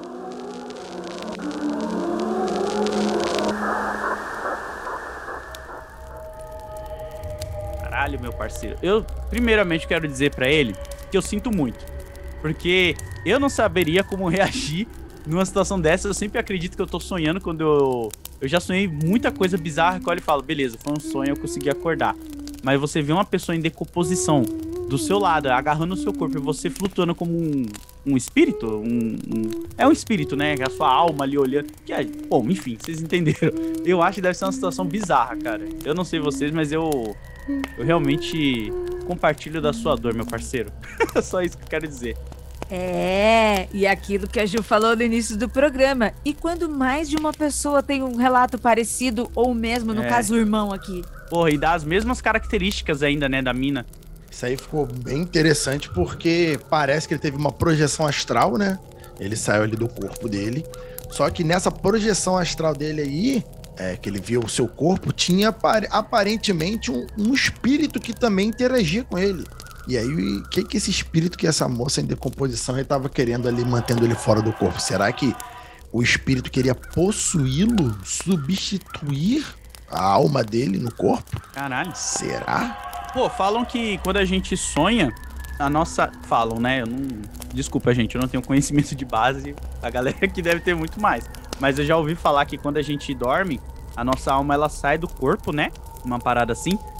Caralho, meu parceiro. Eu, primeiramente, quero dizer pra ele que eu sinto muito. Porque eu não saberia como reagir numa situação dessa. Eu sempre acredito que eu tô sonhando quando eu já sonhei muita coisa bizarra que eu olho e falo, beleza, foi um sonho, eu consegui acordar. Mas você vê uma pessoa em decomposição do seu lado, agarrando o seu corpo e você flutuando como um espírito, é um espírito, né? A sua alma ali olhando. Que é, bom, enfim, vocês entenderam. Eu acho que deve ser uma situação bizarra, cara. Eu não sei vocês, mas eu realmente compartilho da sua dor, meu parceiro. Só isso que eu quero dizer. É, e aquilo que a Ju falou no início do programa. E quando mais de uma pessoa tem um relato parecido, ou mesmo, no caso, o irmão aqui? Porra, e dá as mesmas características ainda, né, da mina. Isso aí ficou bem interessante porque parece que ele teve uma projeção astral, né? Ele saiu ali do corpo dele. Só que nessa projeção astral dele aí, que ele viu o seu corpo, tinha aparentemente um espírito que também interagia com ele. E aí, o que esse espírito, que essa moça em decomposição, ele tava querendo ali, mantendo ele fora do corpo? Será que o espírito queria possuí-lo, substituir a alma dele no corpo? Caralho. Será? Pô, falam que quando a gente sonha, falam, né? Desculpa, gente, eu não tenho conhecimento de base. A galera aqui deve ter muito mais. Mas eu já ouvi falar que quando a gente dorme, a nossa alma, ela sai do corpo, né? Uma parada assim.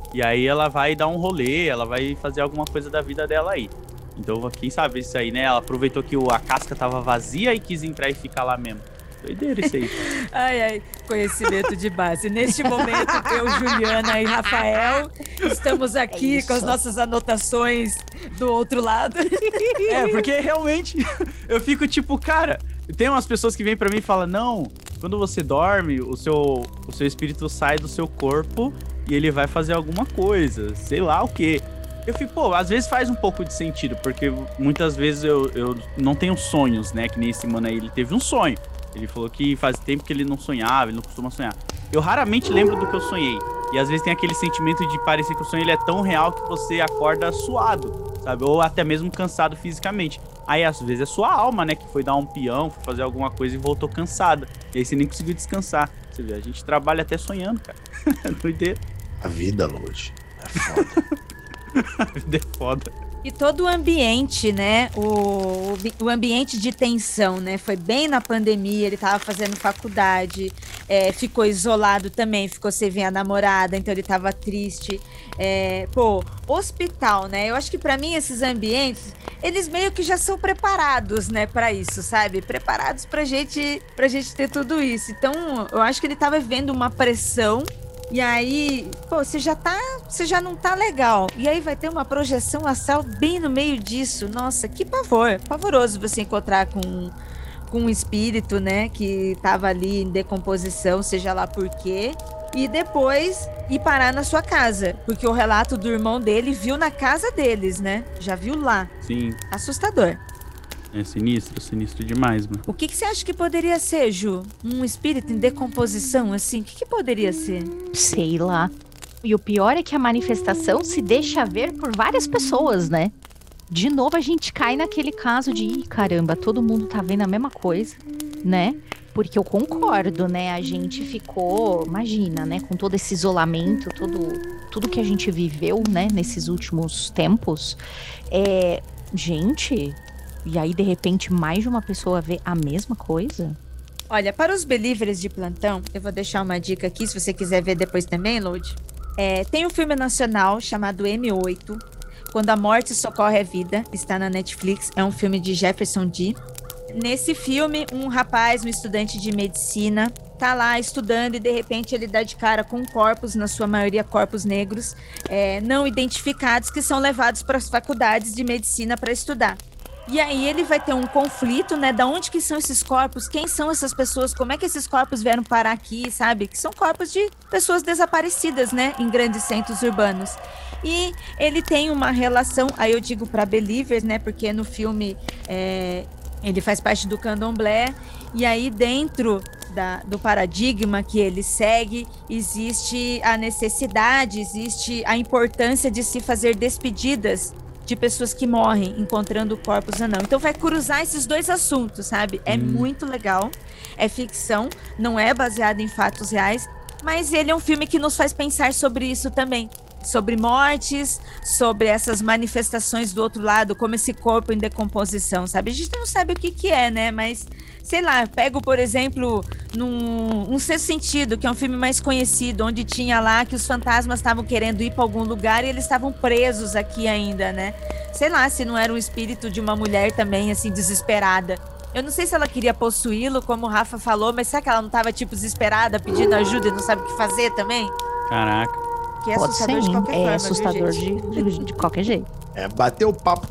E aí ela vai dar um rolê, ela vai fazer alguma coisa da vida dela aí. Então, quem sabe isso aí, né? Ela aproveitou que a casca tava vazia e quis entrar e ficar lá mesmo. Doideira isso aí. Ai, conhecimento de base. Neste momento, eu, Juliana e Rafael estamos aqui com as nossas anotações do outro lado. Porque realmente eu fico tipo, cara, tem umas pessoas que vêm pra mim e falam, não, quando você dorme, o seu espírito sai do seu corpo e ele vai fazer alguma coisa, sei lá o quê. Eu fico, pô, às vezes faz um pouco de sentido, porque muitas vezes eu não tenho sonhos, né? Que nem esse mano aí, ele teve um sonho. Ele falou que faz tempo que ele não sonhava, ele não costuma sonhar. Eu raramente lembro do que eu sonhei. E às vezes tem aquele sentimento de parecer que o sonho ele é tão real que você acorda suado, sabe? Ou até mesmo cansado fisicamente. Aí às vezes é sua alma, né? Que foi dar um peão, foi fazer alguma coisa e voltou cansada. E aí você nem conseguiu descansar. Você vê, a gente trabalha até sonhando, cara. Doideira. A vida, Lud, é foda. A vida é foda. E todo o ambiente, né? O ambiente de tensão, né? Foi bem na pandemia, ele tava fazendo faculdade, ficou isolado também, ficou sem ver a namorada, então ele tava triste. Hospital, né? Eu acho que pra mim esses ambientes, eles meio que já são preparados, né? Pra isso, sabe? Preparados pra gente ter tudo isso. Então, eu acho que ele tava vivendo uma pressão. E aí, você já não tá legal. E aí vai ter uma projeção astral bem no meio disso. Nossa, que pavoroso você encontrar com um espírito, né, que tava ali em decomposição, seja lá por quê. E depois ir parar na sua casa. Porque o relato do irmão dele viu na casa deles, né? Já viu lá. Sim. Assustador. É sinistro demais, mano. O que você acha que poderia ser, Ju? Um espírito em decomposição, assim? O que poderia ser? Sei lá. E o pior é que a manifestação se deixa ver por várias pessoas, né? De novo a gente cai naquele caso de, ih, caramba, todo mundo tá vendo a mesma coisa, né? Porque eu concordo, né? A gente ficou, imagina, né? Com todo esse isolamento, tudo que a gente viveu, né? Nesses últimos tempos. Gente... E aí, de repente, mais de uma pessoa vê a mesma coisa? Olha, para os believers de plantão, eu vou deixar uma dica aqui, se você quiser ver depois também, Lud. Tem um filme nacional chamado M8, Quando a Morte Socorre a Vida, está na Netflix, é um filme de Jefferson D. Nesse filme, um rapaz, um estudante de medicina, tá lá estudando e de repente ele dá de cara com corpos, na sua maioria corpos negros, não identificados, que são levados para as faculdades de medicina para estudar. E aí ele vai ter um conflito, né? Da onde que são esses corpos? Quem são essas pessoas? Como é que esses corpos vieram parar aqui, sabe? Que são corpos de pessoas desaparecidas, né? Em grandes centros urbanos. E ele tem uma relação, aí eu digo para believers, né? Porque no filme ele faz parte do candomblé. E aí dentro do paradigma que ele segue, existe a necessidade, existe a importância de se fazer despedidas de pessoas que morrem encontrando corpos ou não. Então vai cruzar esses dois assuntos, sabe? É muito legal. É ficção, não é baseado em fatos reais, mas ele é um filme que nos faz pensar sobre isso também. Sobre mortes, sobre essas manifestações do outro lado, como esse corpo em decomposição, sabe? A gente não sabe o que é, né? Mas, sei lá, pego, por exemplo, num Sexto Sentido, que é um filme mais conhecido, onde tinha lá que os fantasmas estavam querendo ir para algum lugar e eles estavam presos aqui ainda, né? Sei lá, se não era um espírito de uma mulher também, assim, desesperada. Eu não sei se ela queria possuí-lo, como o Rafa falou, mas será que ela não estava, tipo, desesperada, pedindo ajuda e não sabe o que fazer também? Caraca. Que é Pode assustador ser, de qualquer forma, assustador viu, de qualquer jeito. Bater o papo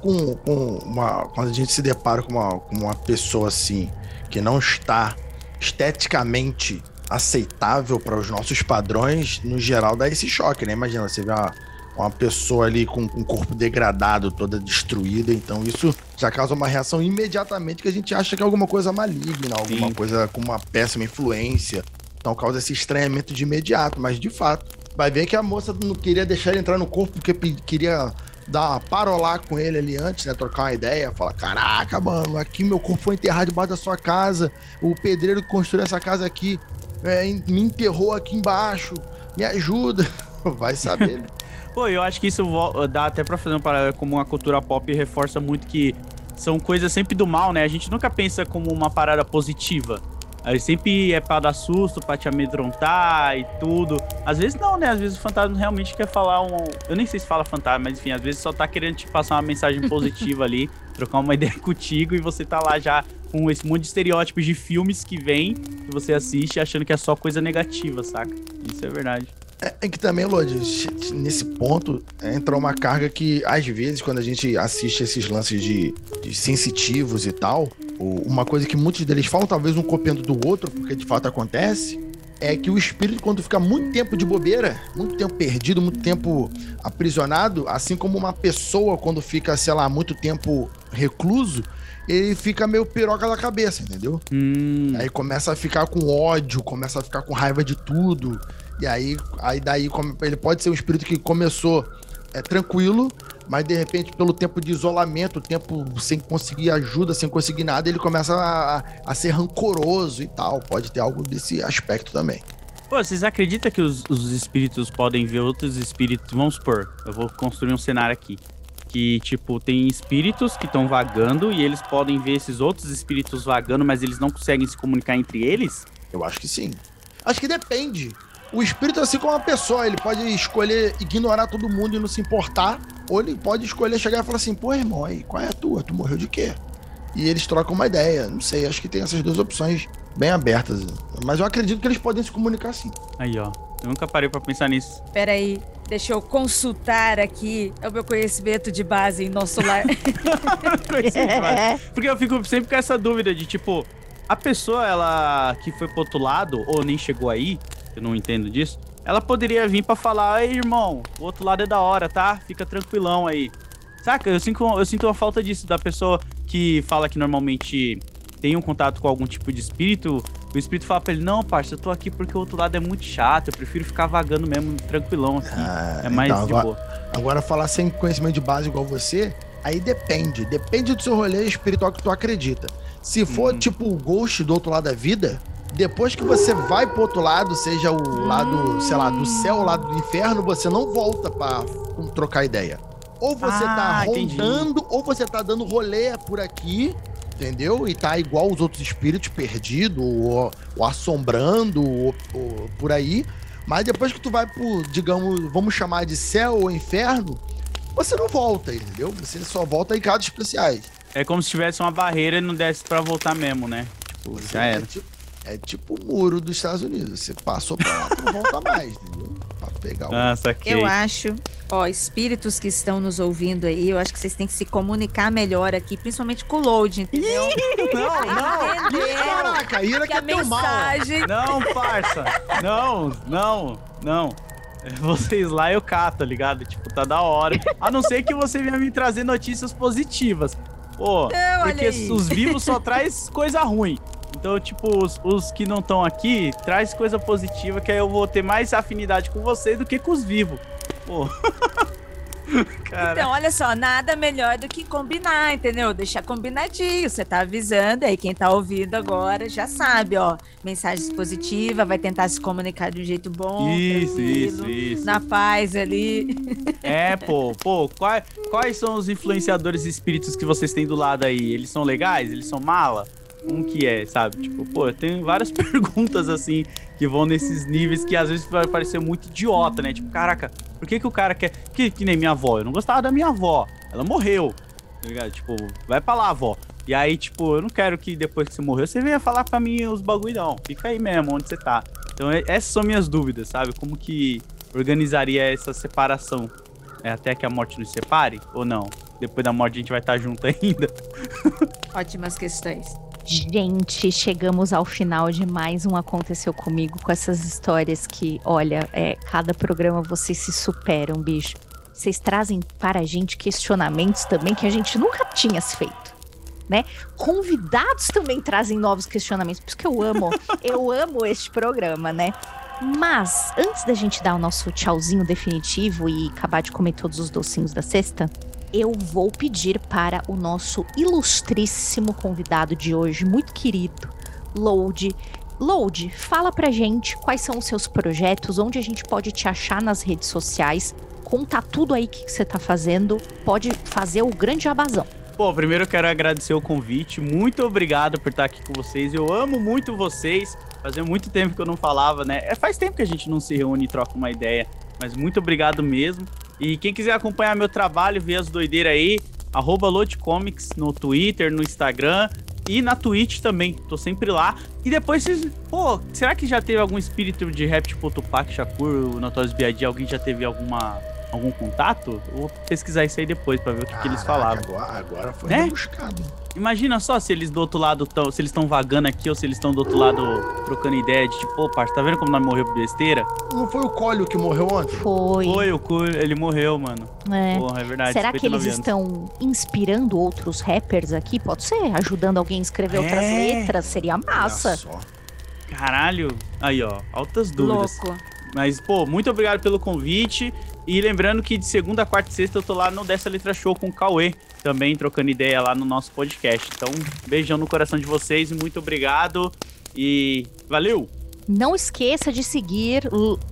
quando a gente se depara com uma pessoa assim, que não está esteticamente aceitável para os nossos padrões, no geral dá esse choque, né? Imagina, você vê uma pessoa ali com o corpo degradado, toda destruída, então isso já causa uma reação imediatamente que a gente acha que é alguma coisa maligna, alguma coisa com uma péssima influência, então causa esse estranhamento de imediato, mas de fato, vai ver que a moça não queria deixar ele entrar no corpo porque queria dar uma parolar com ele ali antes, né? Trocar uma ideia. Fala, caraca, mano, aqui meu corpo foi enterrado debaixo da sua casa. O pedreiro que construiu essa casa aqui me enterrou aqui embaixo. Me ajuda. Vai saber, né? Pô, eu acho que isso dá até pra fazer um paralelo, como a cultura pop reforça muito que são coisas sempre do mal, né? A gente nunca pensa como uma parada positiva. Aí sempre é pra dar susto, pra te amedrontar e tudo. Às vezes não, né? Às vezes o fantasma realmente quer falar Eu nem sei se fala fantasma, mas enfim, às vezes só tá querendo te passar uma mensagem positiva ali, trocar uma ideia contigo e você tá lá já com esse monte de estereótipos de filmes que que você assiste achando que é só coisa negativa, saca? Isso é verdade. É que também, Lodi, nesse ponto, entra uma carga que, às vezes, quando a gente assiste esses lances de sensitivos e tal, uma coisa que muitos deles falam, talvez um copiando do outro, porque de fato acontece, é que o espírito, quando fica muito tempo de bobeira, muito tempo perdido, muito tempo aprisionado, assim como uma pessoa, quando fica, sei lá, muito tempo recluso, ele fica meio piroca da cabeça, entendeu? Aí começa a ficar com ódio, começa a ficar com raiva de tudo. E aí daí ele pode ser um espírito que começou tranquilo, mas de repente pelo tempo de isolamento, tempo sem conseguir ajuda, sem conseguir nada, ele começa a ser rancoroso e tal. Pode ter algo desse aspecto também. Pô, vocês acreditam que os espíritos podem ver outros espíritos? Vamos supor, eu vou construir um cenário aqui. Que, tipo, tem espíritos que estão vagando e eles podem ver esses outros espíritos vagando, mas eles não conseguem se comunicar entre eles? Eu acho que sim. Acho que depende. O espírito, assim como uma pessoa, ele pode escolher ignorar todo mundo e não se importar, ou ele pode escolher chegar e falar assim, pô, irmão, aí, qual é a tua? Tu morreu de quê? E eles trocam uma ideia. Não sei, acho que tem essas duas opções bem abertas. Mas eu acredito que eles podem se comunicar sim. Aí, ó. Eu nunca parei pra pensar nisso. Peraí, deixa eu consultar aqui o meu conhecimento de base em nosso lar. Porque eu fico sempre com essa dúvida de, tipo, a pessoa, ela que foi pro outro lado, ou nem chegou aí, eu não entendo disso, ela poderia vir pra falar, ei, irmão, o outro lado é da hora, tá? Fica tranquilão aí. Saca? Eu sinto uma falta disso, da pessoa que fala que normalmente tem um contato com algum tipo de espírito, o espírito fala pra ele, não, parça, eu tô aqui porque o outro lado é muito chato, eu prefiro ficar vagando mesmo, tranquilão, assim. É mais então, de boa. Agora, falar sem conhecimento de base igual você, aí depende. Depende do seu rolê espiritual que tu acredita. Se for, tipo, o ghost do outro lado da vida, depois que você vai pro outro lado, seja o lado, sei lá, do céu ou lado do inferno, você não volta pra trocar ideia. Ou você tá rondando, ou você tá dando rolê por aqui, entendeu? E tá igual os outros espíritos, perdido, ou assombrando, ou por aí. Mas depois que tu vai pro, digamos, vamos chamar de céu ou inferno, você não volta, entendeu? Você só volta em casos especiais. É como se tivesse uma barreira e não desse pra voltar mesmo, né? Tipo, já era. É tipo o muro dos Estados Unidos. Você passou pra lá, tu não volta mais, entendeu? Pra pegar o... Ah, saquei. Eu acho, espíritos que estão nos ouvindo aí, eu acho que vocês têm que se comunicar melhor aqui, principalmente com o Load, entendeu? Não. Caraca, Ira Que a quer teu mal. mensagem... Não, parça. Não. Vocês lá eu cato, tá ligado? Tipo, tá da hora. A não ser que você venha me trazer notícias positivas. Pô, Não, porque olha aí. os vivos só traz coisa ruim. Então, tipo, os que não estão aqui, traz coisa positiva, que aí eu vou ter mais afinidade com você do que com os vivos. Pô. Cara. Então, olha só, nada melhor do que combinar, entendeu? Deixar combinadinho, você tá avisando, aí quem tá ouvindo agora já sabe, ó, mensagens positivas, vai tentar se comunicar de um jeito bom, Isso. na paz ali. Quais são os influenciadores espíritos que vocês têm do lado aí? Eles são legais? Eles são mala? Como que é, sabe? Tipo, eu tenho várias perguntas, assim, que vão nesses níveis que às vezes vai parecer muito idiota, né? Tipo, caraca, por que o cara quer... Que nem minha avó, eu não gostava da minha avó, ela morreu, tá ligado? Tipo, vai pra lá, avó. E aí, tipo, eu não quero que depois que você morreu, você venha falar pra mim os bagulho, não. Fica aí mesmo, onde você tá. Então, essas são minhas dúvidas, sabe? Como que organizaria essa separação? É até que a morte nos separe, ou não? Depois da morte a gente vai estar junto ainda? Ótimas questões. Gente, chegamos ao final de mais um Aconteceu Comigo, com essas histórias que, olha, cada programa vocês se superam, bicho. Vocês trazem para a gente questionamentos também que a gente nunca tinha feito, né? Convidados também trazem novos questionamentos, por isso que eu amo este programa, né? Mas, antes da gente dar o nosso tchauzinho definitivo e acabar de comer todos os docinhos da sexta, eu vou pedir para o nosso ilustríssimo convidado de hoje, muito querido, Load. Load, fala pra gente quais são os seus projetos, onde a gente pode te achar nas redes sociais, conta tudo aí que você tá fazendo, pode fazer o grande jabazão. Pô, primeiro eu quero agradecer o convite. Muito obrigado por estar aqui com vocês. Eu amo muito vocês. Fazia muito tempo que eu não falava, né? Faz tempo que a gente não se reúne e troca uma ideia. Mas muito obrigado mesmo. E quem quiser acompanhar meu trabalho, ver as doideiras aí, @LoadComics no Twitter, no Instagram e na Twitch também. Tô sempre lá. E depois vocês... Pô, será que já teve algum espírito de rap tipo o Tupac Shakur, o Notorious B.I.G.? Alguém já teve algum contato? Eu vou pesquisar isso aí depois pra ver o que eles falavam. Agora foi Né? rebuscado. Imagina só se eles do outro lado se eles estão vagando aqui ou se eles estão do outro lado trocando ideia de tipo, pô, parça, tá vendo como nós morreu por besteira? Não foi o Cólio que morreu ontem? Foi. Ele morreu, mano. É. Porra, é verdade. Será que eles 59 anos. estão inspirando outros rappers aqui? Pode ser, ajudando alguém a escrever outras letras, seria massa. Olha só. Caralho. Aí, ó, altas dúvidas. Louco. Mas, pô, muito obrigado pelo convite. E lembrando que de segunda, quarta e sexta eu tô lá no Dessa Letra Show com o Cauê, também trocando ideia lá no nosso podcast. Então, beijão no coração de vocês e muito obrigado. E valeu! Não esqueça de seguir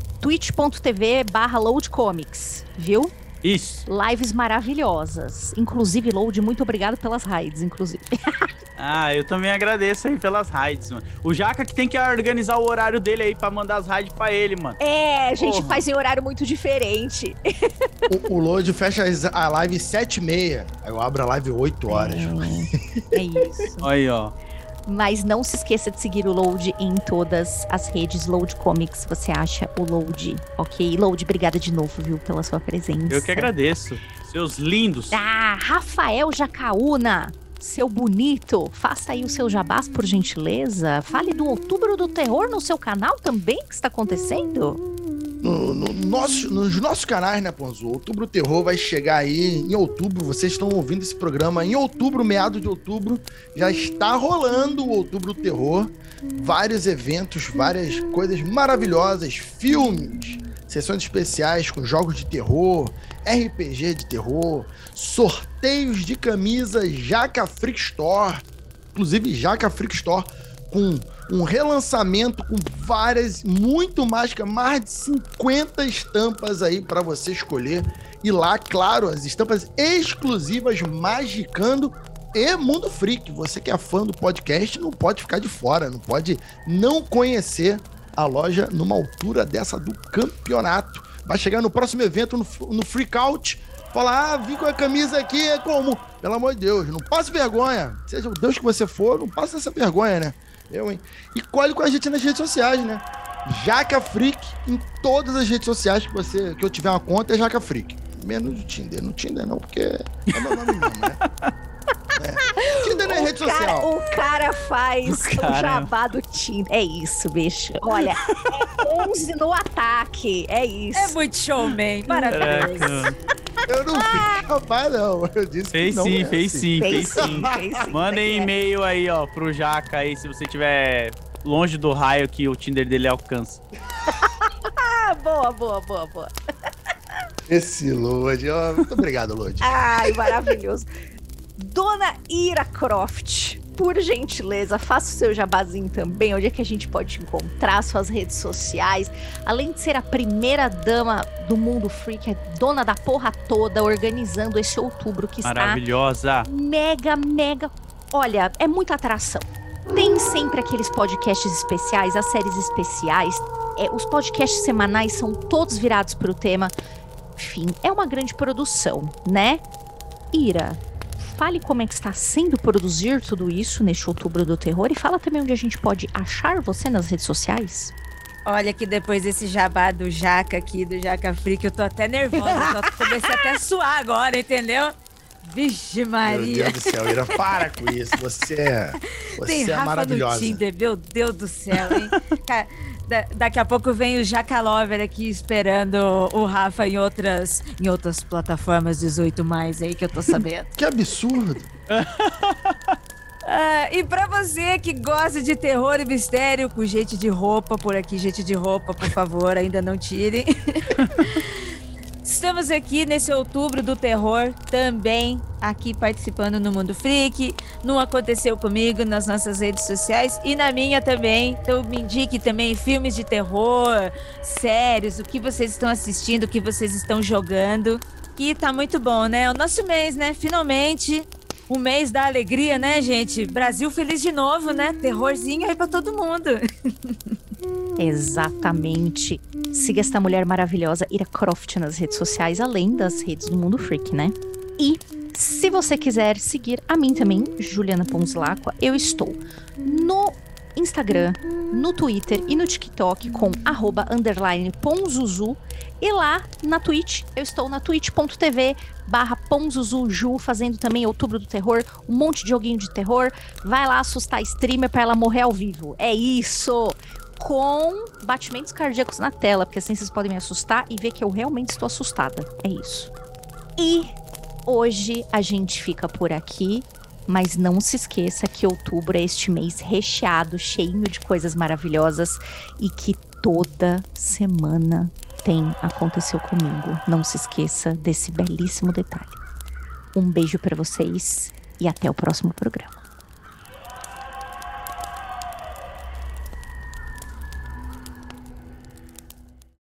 twitch.tv/loadcomics, viu? Isso. Lives maravilhosas. Inclusive, Load, muito obrigado pelas raids, inclusive. Ah, eu também agradeço aí pelas raids, mano. O Jaca que tem que organizar o horário dele aí pra mandar as raids pra ele, mano. É, a gente Porra. faz em horário muito diferente. O Load fecha a live 7h30. Aí eu abro a live 8 horas. É isso. Aí, ó. Mas não se esqueça de seguir o Load em todas as redes Load Comics. Você acha o Load, ok? Load, obrigada de novo, viu, pela sua presença. Eu que agradeço. Seus lindos. Ah, Rafael Jacaúna, seu bonito, faça aí o seu jabás, por gentileza. Fale do Outubro do Terror no seu canal também, que está acontecendo? Nos nossos canais, né, Ponzo? Outubro Terror vai chegar aí em outubro. Vocês estão ouvindo esse programa em outubro, meado de outubro. Já está rolando o Outubro Terror. Vários eventos, várias coisas maravilhosas, filmes, sessões especiais com jogos de terror, RPG de terror, sorteios de camisas Jaca Freak Store. Inclusive, Jaca Freak Store com um relançamento com várias, muito mais de 50 estampas aí para você escolher. E lá, claro, as estampas exclusivas Magicando e Mundo Freak. Você que é fã do podcast não pode ficar de fora, não pode não conhecer a loja numa altura dessa do campeonato. Vai chegar no próximo evento, no Freakout, falar, vim com a camisa aqui, é como? Pelo amor de Deus, não passe vergonha. Seja o Deus que você for, não passe essa vergonha, né? E colhe com a gente nas redes sociais, né? Jaca Freak, em todas as redes sociais que eu tiver uma conta, é Jaca Freak. Menos no Tinder. No Tinder não, porque é meu nome mesmo, né? Tinder não é rede social. O cara faz o jabá do Tinder. É isso, bicho. Olha, é 11 no ataque. É isso. É muito showman. Maravilhoso. Eu não fiz jabá, não. Eu disse Fez que não sim, é fez assim. sim, fez sim. Mandem e-mail aí, ó, pro Jaca aí, se você tiver longe do raio que o Tinder dele alcança. Ah, boa. Esse Lodi, ó. Muito obrigado, Lodi. Ai, maravilhoso. Dona Ira Croft, por gentileza, faça o seu jabazinho também. Onde é que a gente pode te encontrar? Suas redes sociais. Além de ser a primeira dama do mundo freak, é dona da porra toda, organizando esse outubro que Maravilhosa. está mega. Olha, é muita atração. Tem sempre aqueles podcasts especiais, as séries especiais. Os podcasts semanais são todos virados para o tema. Enfim, é uma grande produção, né? Ira, fale como é que está sendo produzir tudo isso neste Outubro do Terror e fala também onde a gente pode achar você nas redes sociais. Olha que depois desse jabá do Jaca aqui, do Jaca Freak, eu tô até nervosa, comecei até a suar agora, entendeu? Vixe Maria. Meu Deus do céu, Ira, para com isso. Você Tem é Rafa maravilhosa. no Tinder, meu Deus do céu, hein? Cara, daqui a pouco vem o Jaca Lover aqui esperando o Rafa em outras plataformas 18+, aí que eu tô sabendo. Que absurdo. E pra você que gosta de terror e mistério com gente de roupa, por aqui, gente de roupa, por favor, ainda não tirem. Estamos aqui nesse Outubro do Terror, também aqui participando no Mundo Freak, no Aconteceu Comigo, nas nossas redes sociais e na minha também. Então me indique também filmes de terror, séries, o que vocês estão assistindo, o que vocês estão jogando. E tá muito bom, né? O nosso mês, né? Finalmente O mês da alegria, né, gente? Brasil feliz de novo, né? Terrorzinho aí pra todo mundo. Exatamente. Siga esta mulher maravilhosa, Ira Croft, nas redes sociais, além das redes do Mundo Freak, né? E se você quiser seguir a mim também, Juliana Ponzlacqua, eu estou no Instagram, no Twitter e no TikTok com @_Ponzuzu. E lá na Twitch, eu estou na twitch.tv/Ponzuzuju, fazendo também Outubro do Terror, um monte de joguinho de terror. Vai lá assustar a streamer pra ela morrer ao vivo. É isso! Com batimentos cardíacos na tela, porque assim vocês podem me assustar e ver que eu realmente estou assustada. É isso. E hoje a gente fica por aqui, mas não se esqueça que outubro é este mês recheado, cheio de coisas maravilhosas e que toda semana aconteceu comigo. Não se esqueça desse belíssimo detalhe. Um beijo para vocês e até o próximo programa.